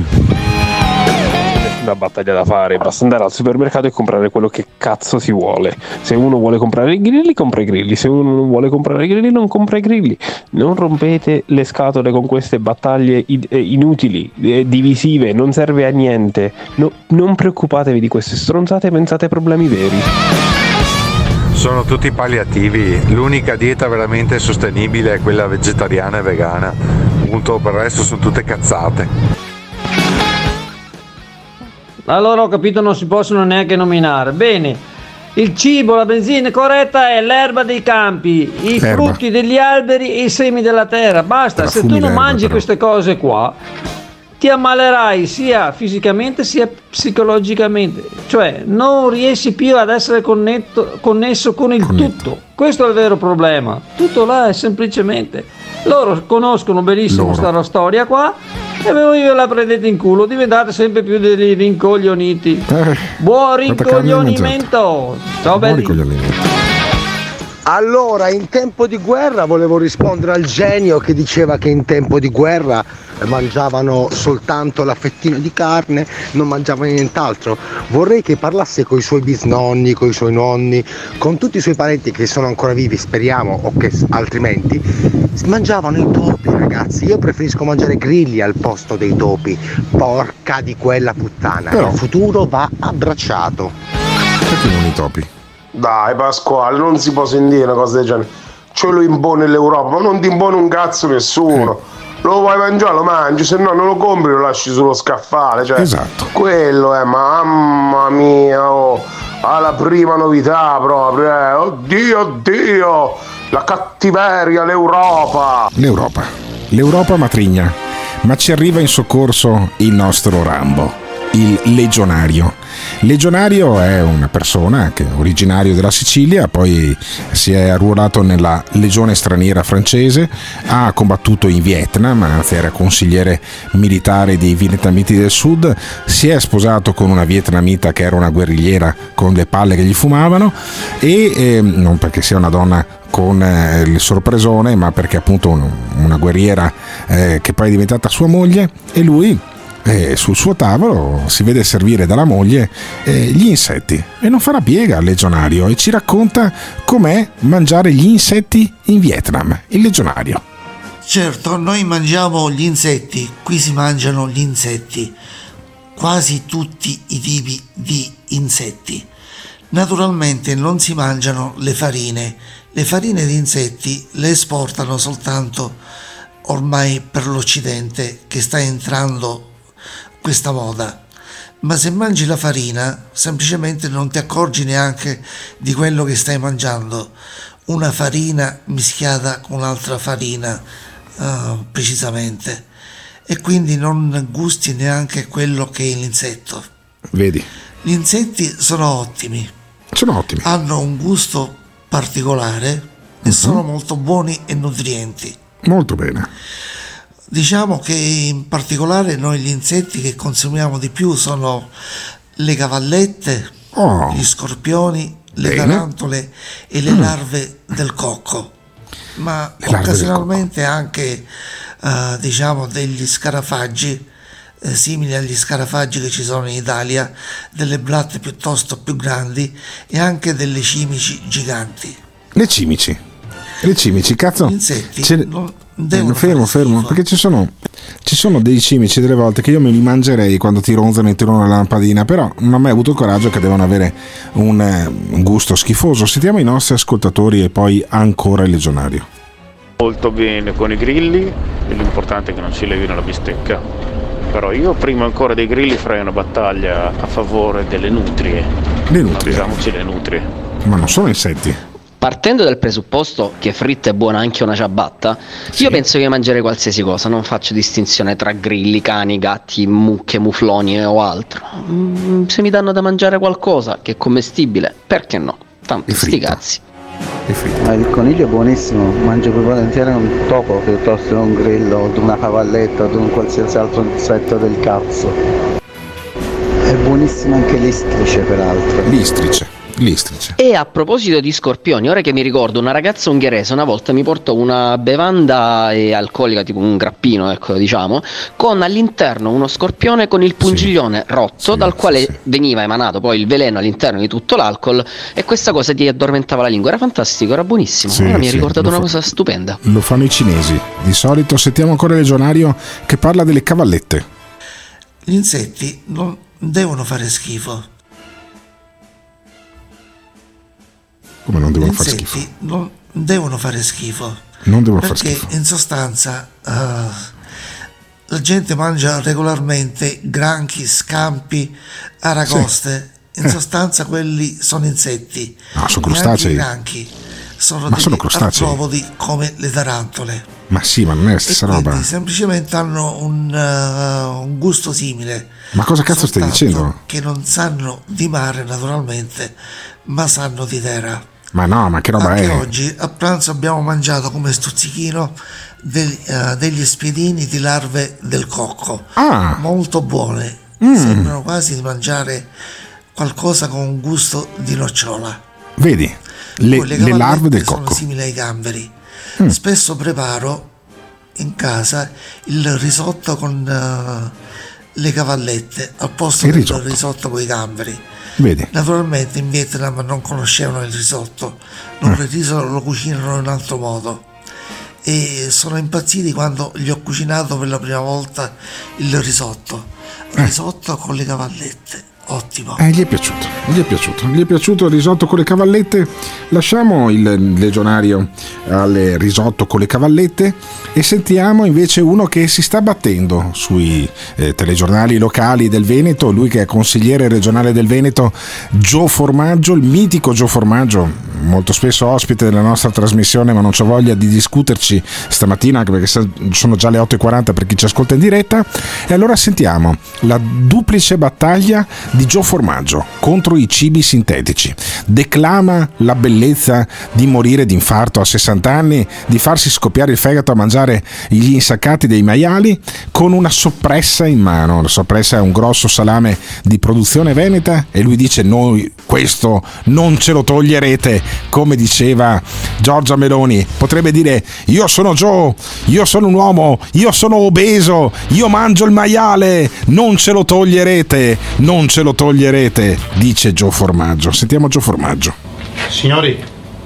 Una battaglia da fare, basta andare al supermercato e comprare quello che cazzo si vuole. Se uno vuole comprare i grilli, compra i grilli, se uno non vuole comprare i grilli, non compra i grilli. Non rompete le scatole con queste battaglie inutili, divisive, non serve a niente. Non preoccupatevi di queste stronzate, pensate ai problemi veri. Sono tutti palliativi, l'unica dieta veramente sostenibile è quella vegetariana e vegana, punto, per il resto sono tutte cazzate. Allora ho capito, non si possono neanche nominare. Bene, il cibo, la benzina corretta è l'erba dei campi, i frutti degli alberi e i semi della terra. Basta, se tu non mangi queste cose qua, ti ammalerai sia fisicamente sia psicologicamente, cioè non riesci più ad essere connesso con il tutto. Questo è il vero problema. Tutto là è semplicemente loro conoscono benissimo questa storia qua e voi ve la prendete in culo, diventate sempre più dei rincoglioniti. Buon rincoglionimento. Ciao belli. Allora, in tempo di guerra volevo rispondere al genio che diceva che in tempo di guerra mangiavano soltanto la fettina di carne, non mangiavano nient'altro. Vorrei che parlasse con i suoi bisnonni, con i suoi nonni, con tutti i suoi parenti che sono ancora vivi, speriamo, o che altrimenti mangiavano i topi, ragazzi. Io preferisco mangiare grilli al posto dei topi. Porca di quella puttana. Però il futuro va abbracciato. Perché non i topi? Dai Pasquale, non si può sentire una cosa del genere. Ce lo impone l'Europa, ma non ti impone un cazzo nessuno. Lo vuoi mangiare, lo mangi, se no non lo compri, lo lasci sullo scaffale. Cioè, esatto. Quello è, mamma mia, alla prima novità proprio, oddio, la cattiveria, l'Europa matrigna. Ma ci arriva in soccorso il nostro Rambo, il legionario. Legionario è una persona che è originario della Sicilia, poi si è arruolato nella legione straniera francese, ha combattuto in Vietnam, anzi era consigliere militare dei vietnamiti del sud, si è sposato con una vietnamita che era una guerrigliera con le palle che gli fumavano e non perché sia una donna con il sorpresone, ma perché appunto una guerriera che poi è diventata sua moglie, e lui sul suo tavolo si vede servire dalla moglie gli insetti e non fa la piega al legionario e ci racconta com'è mangiare gli insetti in Vietnam, il legionario. Certo, noi mangiamo gli insetti, qui si mangiano gli insetti, quasi tutti i tipi di insetti. Naturalmente non si mangiano le farine di insetti le esportano soltanto ormai per l'Occidente, che sta entrando questa moda. Ma se mangi la farina semplicemente non ti accorgi neanche di quello che stai mangiando, una farina mischiata con un'altra farina precisamente, e quindi non gusti neanche quello che è l'insetto. Vedi, gli insetti sono ottimi, hanno un gusto particolare e sono molto buoni e nutrienti. Molto bene. Diciamo che in particolare noi gli insetti che consumiamo di più sono le cavallette, gli scorpioni, le tarantole e le larve del cocco, ma occasionalmente anche diciamo degli scarafaggi simili agli scarafaggi che ci sono in Italia, delle blatte piuttosto più grandi e anche delle cimici giganti. Le cimici, cazzo. Gli insetti fermo, perché ci sono dei cimici delle volte che io me li mangerei quando ti ronzano intorno alla lampadina, però non ho mai avuto il coraggio che devono avere un gusto schifoso. Sentiamo i nostri ascoltatori e poi ancora il legionario. Molto bene con i grilli, e l'importante è che non ci levino la bistecca, però io prima ancora dei grilli farei una battaglia a favore delle nutrie. Avvisiamoci le nutrie. Ma non sono insetti. Partendo dal presupposto che fritta è buona anche una ciabatta, io penso che mangerei qualsiasi cosa, non faccio distinzione tra grilli, cani, gatti, mucche, mufloni o altro. Se mi danno da mangiare qualcosa che è commestibile, perché no? Tanto sti cazzi. Ma il coniglio è buonissimo, mangio più volentieri un topo piuttosto che un grillo, o una cavalletta, o un qualsiasi altro insetto del cazzo. È buonissimo anche l'istrice, peraltro. L'istrice. E a proposito di scorpioni, ora che mi ricordo, una ragazza ungherese una volta mi portò una bevanda alcolica, tipo un grappino, ecco, diciamo, con all'interno uno scorpione con il pungiglione rotto, dal quale veniva emanato poi il veleno all'interno di tutto l'alcol, e questa cosa ti addormentava la lingua. Era fantastico, era buonissimo. Ora mi ha ricordato una cosa stupenda. Lo fanno i cinesi di solito. Sentiamo ancora il legionario che parla delle cavallette. Gli insetti non devono fare schifo. Come non devono fare schifo? Non devono fare schifo. Non devono fare schifo. Perché in sostanza la gente mangia regolarmente granchi, scampi, aragoste. In sostanza quelli sono insetti. No, sono crostacei. I granchi sono degli artropodi come le tarantole. Ma sì, ma non è la stessa roba. Semplicemente hanno un gusto simile. Ma cosa cazzo stai dicendo? Che non sanno di mare naturalmente, ma sanno di terra. Ma no, ma che roba anche è? Oggi a pranzo abbiamo mangiato come stuzzichino degli spiedini di larve del cocco. Molto buone. Sembrano quasi di mangiare qualcosa con un gusto di nocciola. Vedi, le larve del cocco sono simili ai gamberi. Spesso preparo in casa il risotto con le cavallette al posto del risotto con i gamberi. Vedi. Naturalmente in Vietnam non conoscevano il risotto, il riso lo cucinano in un altro modo e sono impazziti quando gli ho cucinato per la prima volta il risotto con le cavallette. Ottimo. Gli è piaciuto il risotto con le cavallette. Lasciamo il legionario al risotto con le cavallette e sentiamo invece uno che si sta battendo sui telegiornali locali del Veneto, lui che è consigliere regionale del Veneto, Gio Formaggio, il mitico Gio Formaggio, molto spesso ospite della nostra trasmissione, ma non c'ho voglia di discuterci stamattina anche perché sono già le 8:40 per chi ci ascolta in diretta. E allora sentiamo la duplice battaglia di Gio Formaggio contro i cibi sintetici. Declama la bellezza di morire di infarto a 60 anni, di farsi scoppiare il fegato a mangiare gli insaccati dei maiali con una soppressa in mano. La soppressa è un grosso salame di produzione veneta e lui dice: noi questo non ce lo toglierete. Come diceva Giorgia Meloni, potrebbe dire: io sono Gio, io sono un uomo, io sono obeso, io mangio il maiale, non ce lo toglierete, non ce lo toglierete, dice Gio Formaggio. Sentiamo Gio Formaggio. Signori,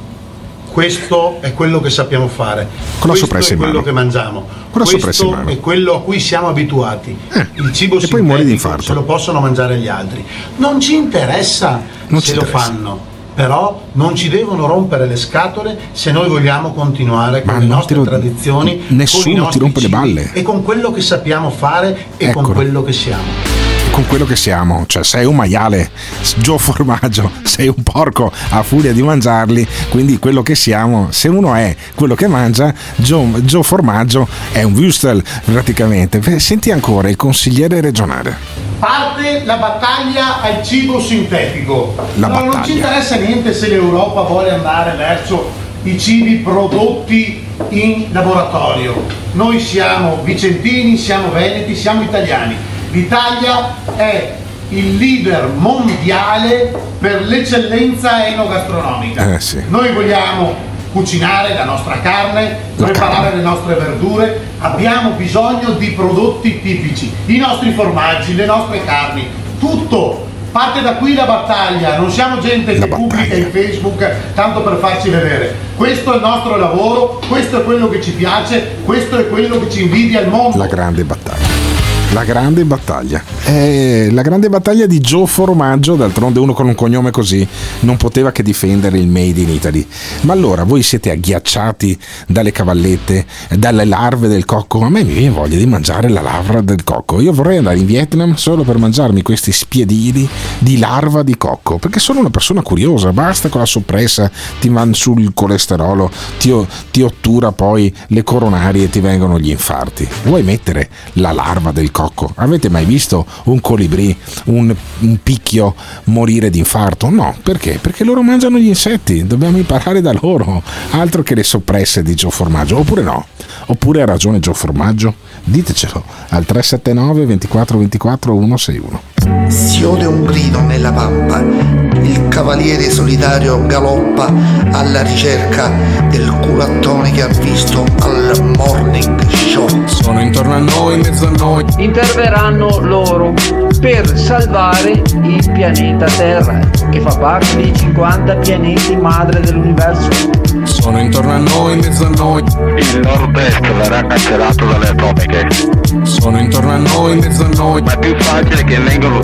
questo è quello che sappiamo fare, con la soppressa in mano, quello che mangiamo, con la soppressa in mano, è quello a cui siamo abituati. Il cibo e poi muori di infarto. Se lo possono mangiare gli altri, non ci interessa se lo fanno, però non ci devono rompere le scatole se noi vogliamo continuare con le nostre tradizioni, nessuno ti rompe le balle, e con quello che sappiamo fare e con quello che siamo. Con quello che siamo, cioè sei un maiale, Gio Formaggio, sei un porco a furia di mangiarli, quindi quello che siamo, se uno è quello che mangia, Gio Formaggio è un Würstel praticamente. Senti ancora il consigliere regionale. Parte la battaglia al cibo sintetico. Non ci interessa niente se l'Europa vuole andare verso i cibi prodotti in laboratorio. Noi siamo vicentini, siamo veneti, siamo italiani. L'Italia è il leader mondiale per l'eccellenza enogastronomica. Sì. Noi vogliamo cucinare la nostra carne, preparare le nostre verdure, abbiamo bisogno di prodotti tipici, i nostri formaggi, le nostre carni, tutto. Parte da qui la battaglia, non siamo gente che pubblica in Facebook tanto per farci vedere. Questo è il nostro lavoro, questo è quello che ci piace, questo è quello che ci invidia il mondo. La grande battaglia. La grande battaglia. La grande battaglia di Gio Formaggio, d'altronde uno con un cognome così non poteva che difendere il Made in Italy. Ma allora voi siete agghiacciati dalle cavallette, dalle larve del cocco? A me mi viene voglia di mangiare la larva del cocco. Io vorrei andare in Vietnam solo per mangiarmi questi spiedini di larva di cocco, perché sono una persona curiosa. Basta con la soppressa, ti vanno sul colesterolo, ti ottura poi le coronarie e ti vengono gli infarti. Vuoi mettere la larva del cocco? Avete mai visto un colibrì, un picchio morire di infarto? No, perché? Perché loro mangiano gli insetti, dobbiamo imparare da loro, altro che le soppresse di Gio Formaggio. Oppure no? Oppure ha ragione Gio Formaggio? Ditecelo al 379 24 24 161. Si ode un grido nella pampa, il cavaliere solitario galoppa alla ricerca del culattone che ha visto al morning show. Sono intorno a noi, in mezzo a noi. Interverranno loro per salvare il pianeta Terra, che fa parte dei 50 pianeti madre dell'universo. Sono intorno a noi, in mezzo a noi. Il nord-est verrà cancellato dalle atomiche. Sono intorno a noi, in mezzo a noi. Ma è più facile che vengano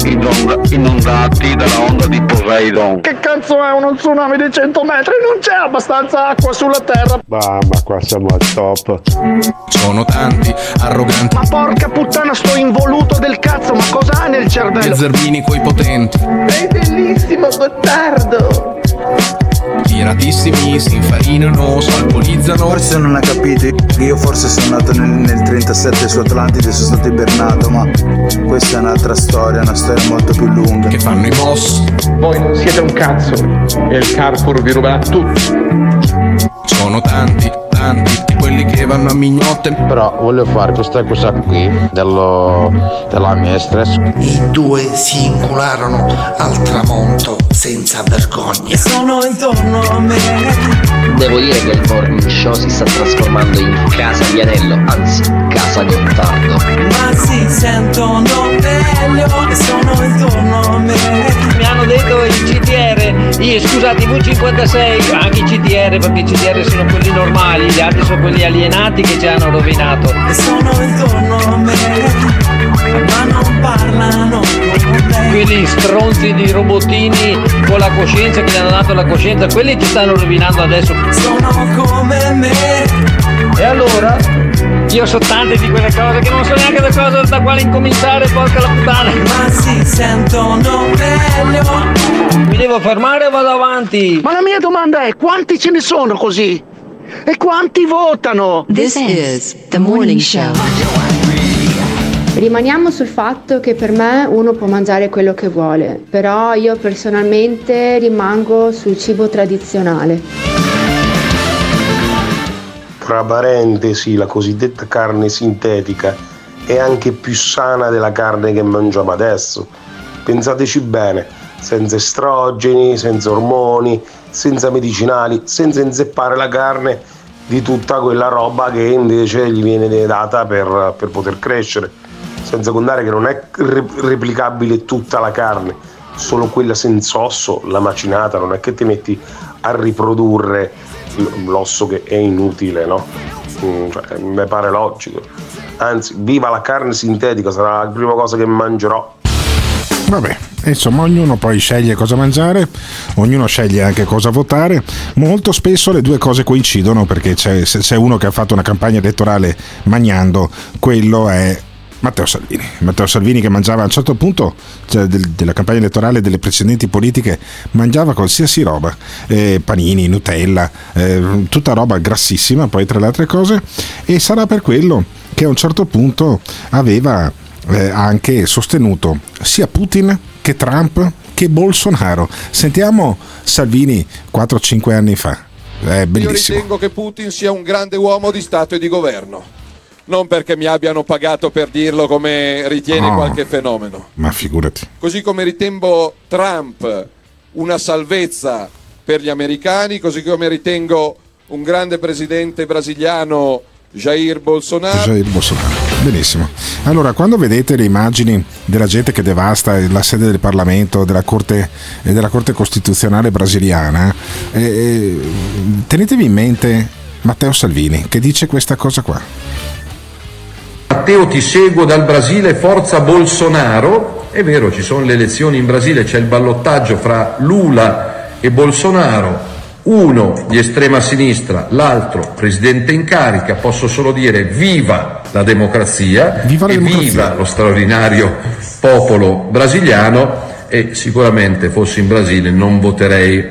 inondati dalla onda di Poseidon. Che cazzo è uno tsunami di 100 metri? Non c'è abbastanza acqua sulla terra. Ma qua siamo al top. Sono tanti, arroganti. Ma porca puttana, sto involuto del cazzo, ma cosa ha nel cervello? E zerbini coi potenti. È bellissimo, Gottardo. Pirati bravissimi, si infarinano, salponizzano. Forse non ha capito, io forse sono nato nel 37 su Atlantide, sono stato ibernato, ma questa è un'altra storia, una storia molto più lunga. Che fanno i boss. Voi non siete un cazzo e il Carrefour vi ruberà tutto. Sono tanti di quelli che vanno a mignotte. Però voglio fare questa cosa qui della mia stress. I due si incularono al tramonto senza vergogna. Sono intorno a me. Devo dire che il Morning Show si sta trasformando in casa di Anello, anzi casa Gottardo. Ma si sentono meglio e sono intorno a me. Mi hanno detto il CDR, scusate, V56, anche i CDR, perché i CDR sono quelli normali, gli altri sono quelli alienati che ci hanno rovinato. E sono intorno a me, ma non parlano con me. Quelli stronzi di robottini con la coscienza, che gli hanno dato la coscienza, quelli ci stanno rovinando adesso. Sono come me. E allora? Io so tante di quelle cose che non so neanche da quale incominciare, porca la puttana. Ma si sentono meglio. Mi devo fermare o vado avanti? Ma la mia domanda è: quanti ce ne sono così? E quanti votano? This is the morning show. Rimaniamo sul fatto che per me uno può mangiare quello che vuole, però io personalmente rimango sul cibo tradizionale. Tra parentesi, la cosiddetta carne sintetica è anche più sana della carne che mangiamo adesso. Pensateci bene, senza estrogeni, senza ormoni, senza medicinali, senza inzeppare la carne di tutta quella roba che invece gli viene data per poter crescere. Senza contare che non è replicabile tutta la carne, solo quella senza osso, la macinata, non è che ti metti a riprodurre l'osso che è inutile, no? Cioè, mi pare logico. Anzi, viva la carne sintetica, sarà la prima cosa che mangerò. Vabbè, insomma, ognuno poi sceglie cosa mangiare, ognuno sceglie anche cosa votare. Molto spesso le due cose coincidono, perché c'è uno che ha fatto una campagna elettorale mangiando, quello è Matteo Salvini, che mangiava a un certo punto, cioè, della campagna elettorale delle precedenti politiche, mangiava qualsiasi roba, panini, Nutella, tutta roba grassissima, poi tra le altre cose, e sarà per quello che a un certo punto aveva anche sostenuto sia Putin che Trump che Bolsonaro. Sentiamo Salvini 4-5 anni fa, è bellissimo. Io ritengo che Putin sia un grande uomo di Stato e di governo. Non perché mi abbiano pagato per dirlo, come ritiene qualche fenomeno. Ma figurati. Così come ritengo Trump una salvezza per gli americani, così come ritengo un grande presidente brasiliano Jair Bolsonaro. Benissimo. Allora, quando vedete le immagini della gente che devasta la sede del Parlamento, della Corte Costituzionale brasiliana, tenetevi in mente Matteo Salvini che dice questa cosa qua. Matteo, ti seguo dal Brasile, forza Bolsonaro. È vero, ci sono le elezioni in Brasile, c'è il ballottaggio fra Lula e Bolsonaro, uno di estrema sinistra, l'altro presidente in carica. Posso solo dire viva la democrazia, viva lo straordinario popolo brasiliano, e sicuramente fossi in Brasile non voterei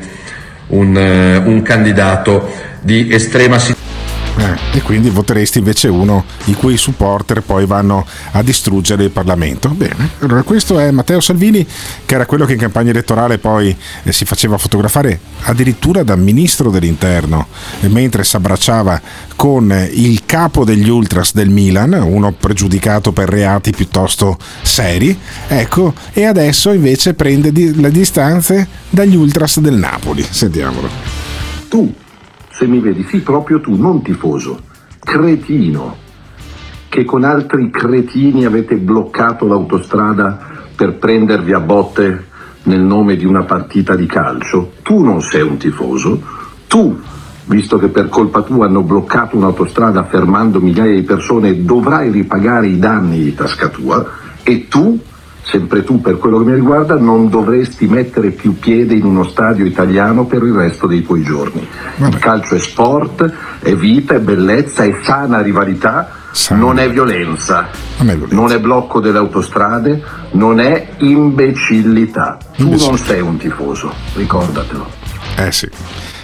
un candidato di estrema sinistra. E quindi voteresti invece uno i cui supporter poi vanno a distruggere il Parlamento. Bene, allora questo è Matteo Salvini, che era quello che in campagna elettorale poi si faceva fotografare addirittura da ministro dell'interno, mentre si abbracciava con il capo degli ultras del Milan, uno pregiudicato per reati piuttosto seri, ecco, e adesso invece prende le distanze dagli ultras del Napoli. Sentiamolo. Tu, se mi vedi, sì, proprio tu, non tifoso, cretino, che con altri cretini avete bloccato l'autostrada per prendervi a botte nel nome di una partita di calcio. Tu non sei un tifoso, tu, visto che per colpa tua hanno bloccato un'autostrada fermando migliaia di persone, dovrai ripagare i danni di tasca tua, e tu, sempre tu per quello che mi riguarda, non dovresti mettere più piede in uno stadio italiano per il resto dei tuoi giorni. Il calcio è sport, è vita, è bellezza, è sana rivalità, non è violenza, non è blocco delle autostrade, non è imbecillità. Tu non sei un tifoso, ricordatelo. Sì.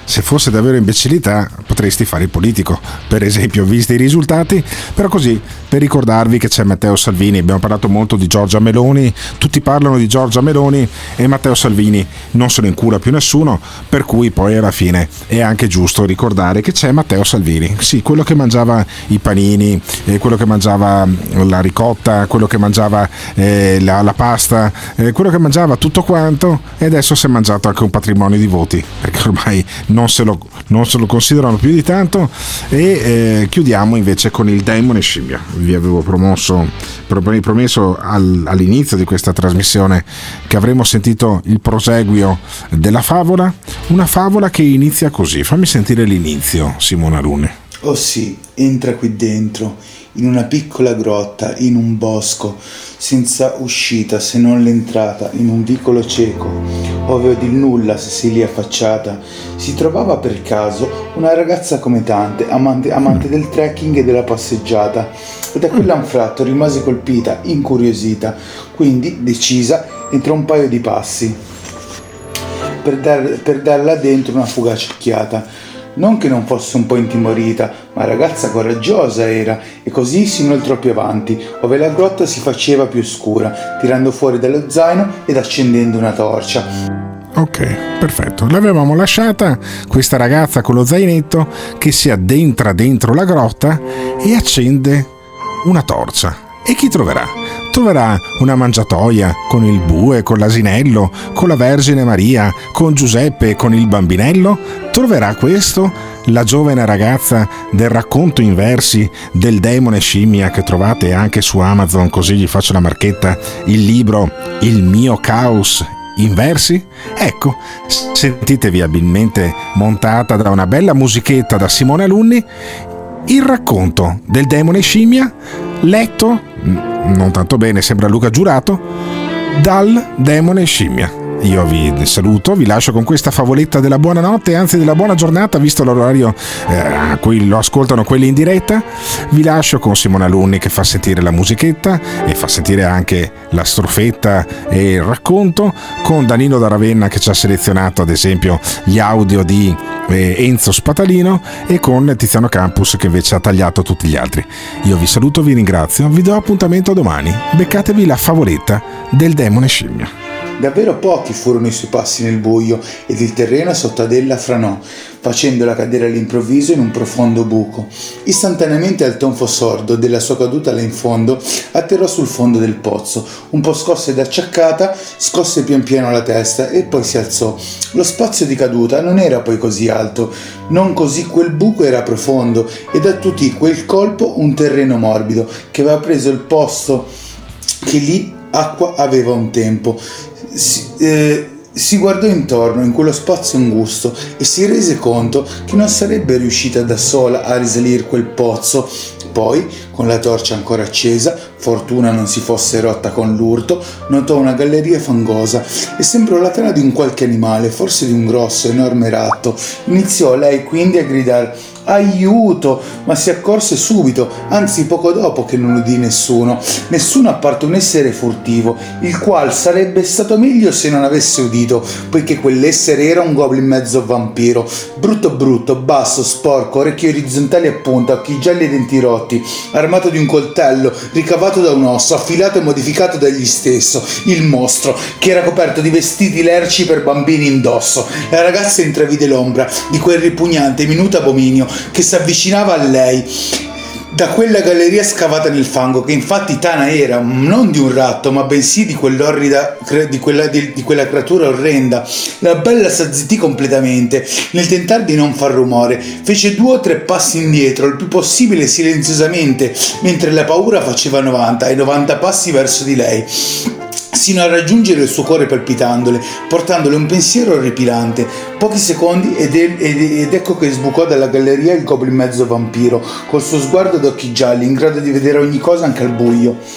se fosse davvero imbecillità potresti fare il politico, per esempio, visti i risultati. Però così, per ricordarvi che c'è Matteo Salvini, abbiamo parlato molto di Giorgia Meloni, tutti parlano di Giorgia Meloni e Matteo Salvini non se lo incula più nessuno, per cui poi alla fine è anche giusto ricordare che c'è Matteo Salvini, sì, quello che mangiava i panini, quello che mangiava la ricotta, quello che mangiava la pasta, quello che mangiava tutto quanto, e adesso si è mangiato anche un patrimonio di voti, perché ormai non se lo considerano più di tanto. E chiudiamo invece con il Demone Scimmia. Vi avevo promesso all'inizio di questa trasmissione che avremmo sentito il proseguio della favola, una favola che inizia così. Fammi sentire l'inizio, Simona Luni. Oh sì, entra qui dentro, in una piccola grotta, in un bosco, senza uscita se non l'entrata, in un vicolo cieco, ove od il nulla se si lì affacciata, si trovava per caso una ragazza come tante, amante del trekking e della passeggiata, e da quell'anfratto rimase colpita, incuriosita, quindi, decisa, entrò un paio di passi per darla dentro una fugace occhiata. Non che non fosse un po' intimorita, ma ragazza coraggiosa era, e così si inoltrò più avanti, ove la grotta si faceva più scura, tirando fuori dallo zaino ed accendendo una torcia. Ok, perfetto. L'avevamo lasciata questa ragazza con lo zainetto che si addentra dentro la grotta e accende una torcia. E chi troverà? Troverà una mangiatoia con il bue, con l'asinello, con la Vergine Maria, con Giuseppe e con il bambinello? Troverà questo? La giovane ragazza del racconto in versi del Demone Scimmia, che trovate anche su Amazon, così gli faccio la marchetta, il libro Il mio caos in versi? Ecco, sentitevi abilmente montata da una bella musichetta da Simone Alunni, il racconto del Demone Scimmia, letto, non tanto bene, sembra Luca Giurato, dal Demone Scimmia. Io vi saluto, vi lascio con questa favoletta della buonanotte, anzi della buona giornata, visto l'orario a cui lo ascoltano quelli in diretta. Vi lascio con Simone Alunni che fa sentire la musichetta e fa sentire anche la strofetta e il racconto, con Danilo da Ravenna che ci ha selezionato ad esempio gli audio di Enzo Spatalino, e con Tiziano Campus che invece ha tagliato tutti gli altri. Io vi saluto, vi ringrazio, vi do appuntamento domani. Beccatevi la favoletta del Demone Scimmia. Davvero pochi furono i suoi passi nel buio ed il terreno sotto ad ella franò, facendola cadere all'improvviso in un profondo buco. Istantaneamente al tonfo sordo della sua caduta là in fondo atterrò sul fondo del pozzo, un po' scossa ed acciaccata, scosse pian piano la testa e poi si alzò. Lo spazio di caduta non era poi così alto, non così quel buco era profondo, ed attutì quel colpo un terreno morbido che aveva preso il posto che lì acqua aveva un tempo. Si guardò intorno in quello spazio angusto e si rese conto che non sarebbe riuscita da sola a risalire quel pozzo. Poi, con la torcia ancora accesa, fortuna non si fosse rotta con l'urto, notò una galleria fangosa e sembrò la tela di un qualche animale, forse di un grosso, enorme ratto. Iniziò lei quindi a gridare aiuto, ma si accorse subito, anzi poco dopo, che non udì nessuno a parte un essere furtivo, il qual sarebbe stato meglio se non avesse udito, poiché quell'essere era un goblin mezzo vampiro, brutto, basso, sporco, orecchie orizzontali a punta, occhi gialli e denti rotti, armato di un coltello ricavato da un osso, affilato e modificato dagli stesso, il mostro, che era coperto di vestiti lerci per bambini indosso. La ragazza intravide l'ombra di quel ripugnante e minuto abominio che si avvicinava a lei da quella galleria scavata nel fango, che infatti tana era, non di un ratto, ma bensì di quell'orrida di quella creatura orrenda. La bella s'azzittì completamente nel tentar di non far rumore, fece 2 o 3 passi indietro, il più possibile silenziosamente, mentre la paura faceva 90 e 90 passi verso di lei, sino a raggiungere il suo cuore palpitandole, portandole un pensiero orripilante. Pochi secondi ed ecco che sbucò dalla galleria il goblin mezzo vampiro, col suo sguardo d'occhi gialli, in grado di vedere ogni cosa anche al buio.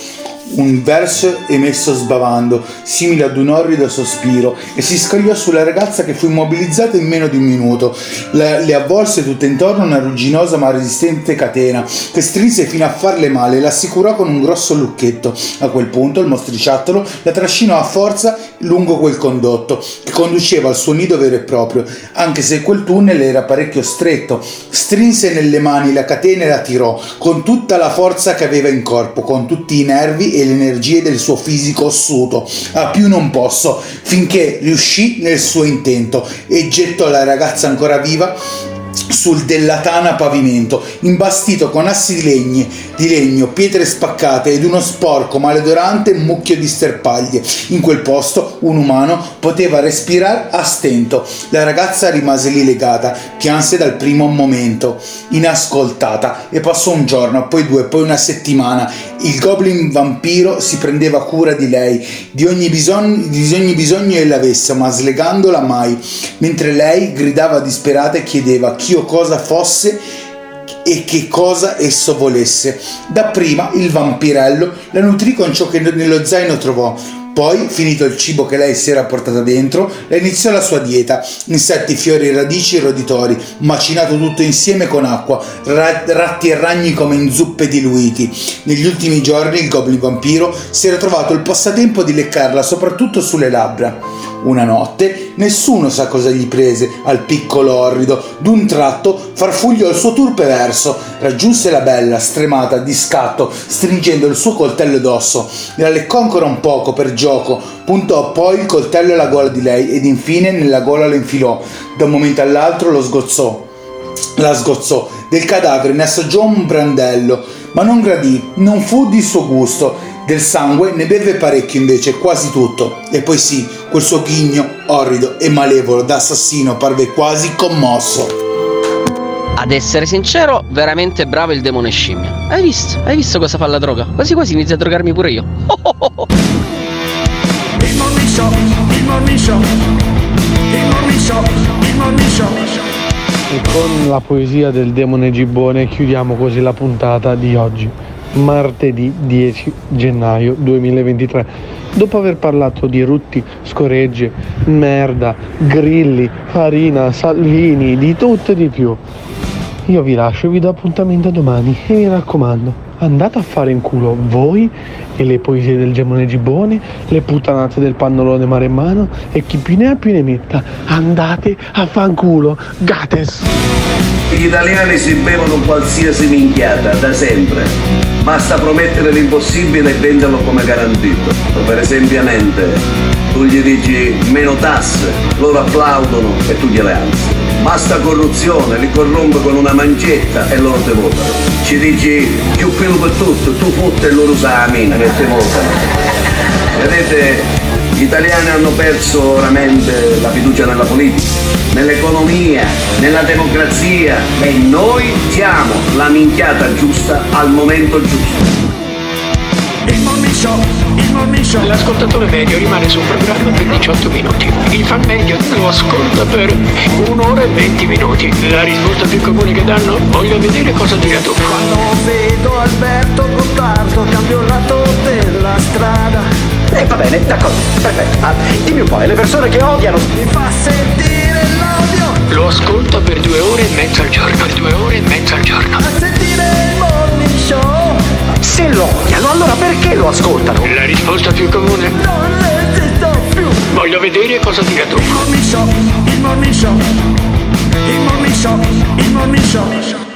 un verso emesso sbavando, simile ad un orrido sospiro, e si scagliò sulla ragazza, che fu immobilizzata in meno di un minuto. Le avvolse tutte intorno una rugginosa ma resistente catena che strinse fino a farle male e l'assicurò con un grosso lucchetto. A quel punto il mostriciattolo la trascinò a forza lungo quel condotto che conduceva al suo nido vero e proprio, anche se quel tunnel era parecchio stretto. Strinse nelle mani la catena e la tirò con tutta la forza che aveva in corpo, con tutti i nervi e le energie del suo fisico ossuto, a più non posso, finché riuscì nel suo intento e gettò la ragazza ancora viva sul della tana pavimento, imbastito con assi di legno, pietre spaccate ed uno sporco, maleodorante mucchio di sterpaglie. In quel posto un umano poteva respirare a stento. La ragazza rimase lì legata, pianse dal primo momento, inascoltata, e passò un giorno, poi due, poi una settimana. Il goblin vampiro si prendeva cura di lei, di ogni bisogno ella avesse, ma slegandola mai, mentre lei gridava disperata e chiedeva chi o cosa fosse e che cosa esso volesse. Dapprima il vampirello la nutrì con ciò che nello zaino trovò. Poi, finito il cibo che lei si era portata dentro, la iniziò la sua dieta: insetti, fiori, radici e roditori, macinato tutto insieme con acqua, ratti e ragni come in zuppe diluiti. Negli ultimi giorni il goblin vampiro si era trovato il passatempo di leccarla soprattutto sulle labbra. Una notte, nessuno sa cosa gli prese al piccolo orrido. D'un tratto farfugliò il suo turpe verso, raggiunse la bella, stremata, di scatto, stringendo il suo coltello d'osso. La leccò ancora un poco per gioco, puntò poi il coltello alla gola di lei ed infine nella gola lo infilò. Da un momento all'altro la sgozzò. Del cadavere ne assaggiò un brandello, ma non gradì, non fu di suo gusto. Del sangue ne beve parecchio invece, quasi tutto. E poi sì, quel suo ghigno orrido e malevolo da assassino parve quasi commosso. Ad essere sincero, veramente bravo il demone scimmia. Hai visto cosa fa la droga? Quasi quasi inizio a drogarmi pure io. Il morning show. E con la poesia del demone gibbone chiudiamo così la puntata di oggi, martedì 10 gennaio 2023. Dopo aver parlato di rutti, scoregge, merda, grilli, farina, Salvini, di tutto e di più, io vi lascio e vi do appuntamento domani e mi raccomando, andate a fare in culo voi e le poesie del demone gibbone, le puttanate del pannolone maremmano, e chi più ne ha più ne metta. Andate a fanculo, gates. Gli italiani si bevono qualsiasi minchiata da sempre, basta promettere l'impossibile e venderlo come garantito. Per esempio, tu gli dici meno tasse, loro applaudono e tu gliele alzi. Basta corruzione, li corrompe con una mancetta e loro te votano. Ci dici più pelo per tutto, tu fotte e loro usa la mina che te votano. Vedete, gli italiani hanno perso veramente la fiducia nella politica, nell'economia, nella democrazia, e noi siamo la minchiata giusta al momento giusto. Il morning show. L'ascoltatore medio rimane sul programma per 18 minuti. Il fan medio lo ascolta per 1 ora e 20 minuti. La risposta più comune che danno: voglio vedere cosa dirà tu. Quando vedo Alberto Gottardo cambio il lato della strada. Va bene, d'accordo, perfetto. Dimmi un po', le persone che odiano mi fa sentire l'odio. Lo ascolta per 2 ore e mezza al giorno. A sentire il morning show. Se lo odiano, allora perché lo ascoltano? La risposta più comune: non esisto più. Voglio vedere cosa dirà tu. Il morning show.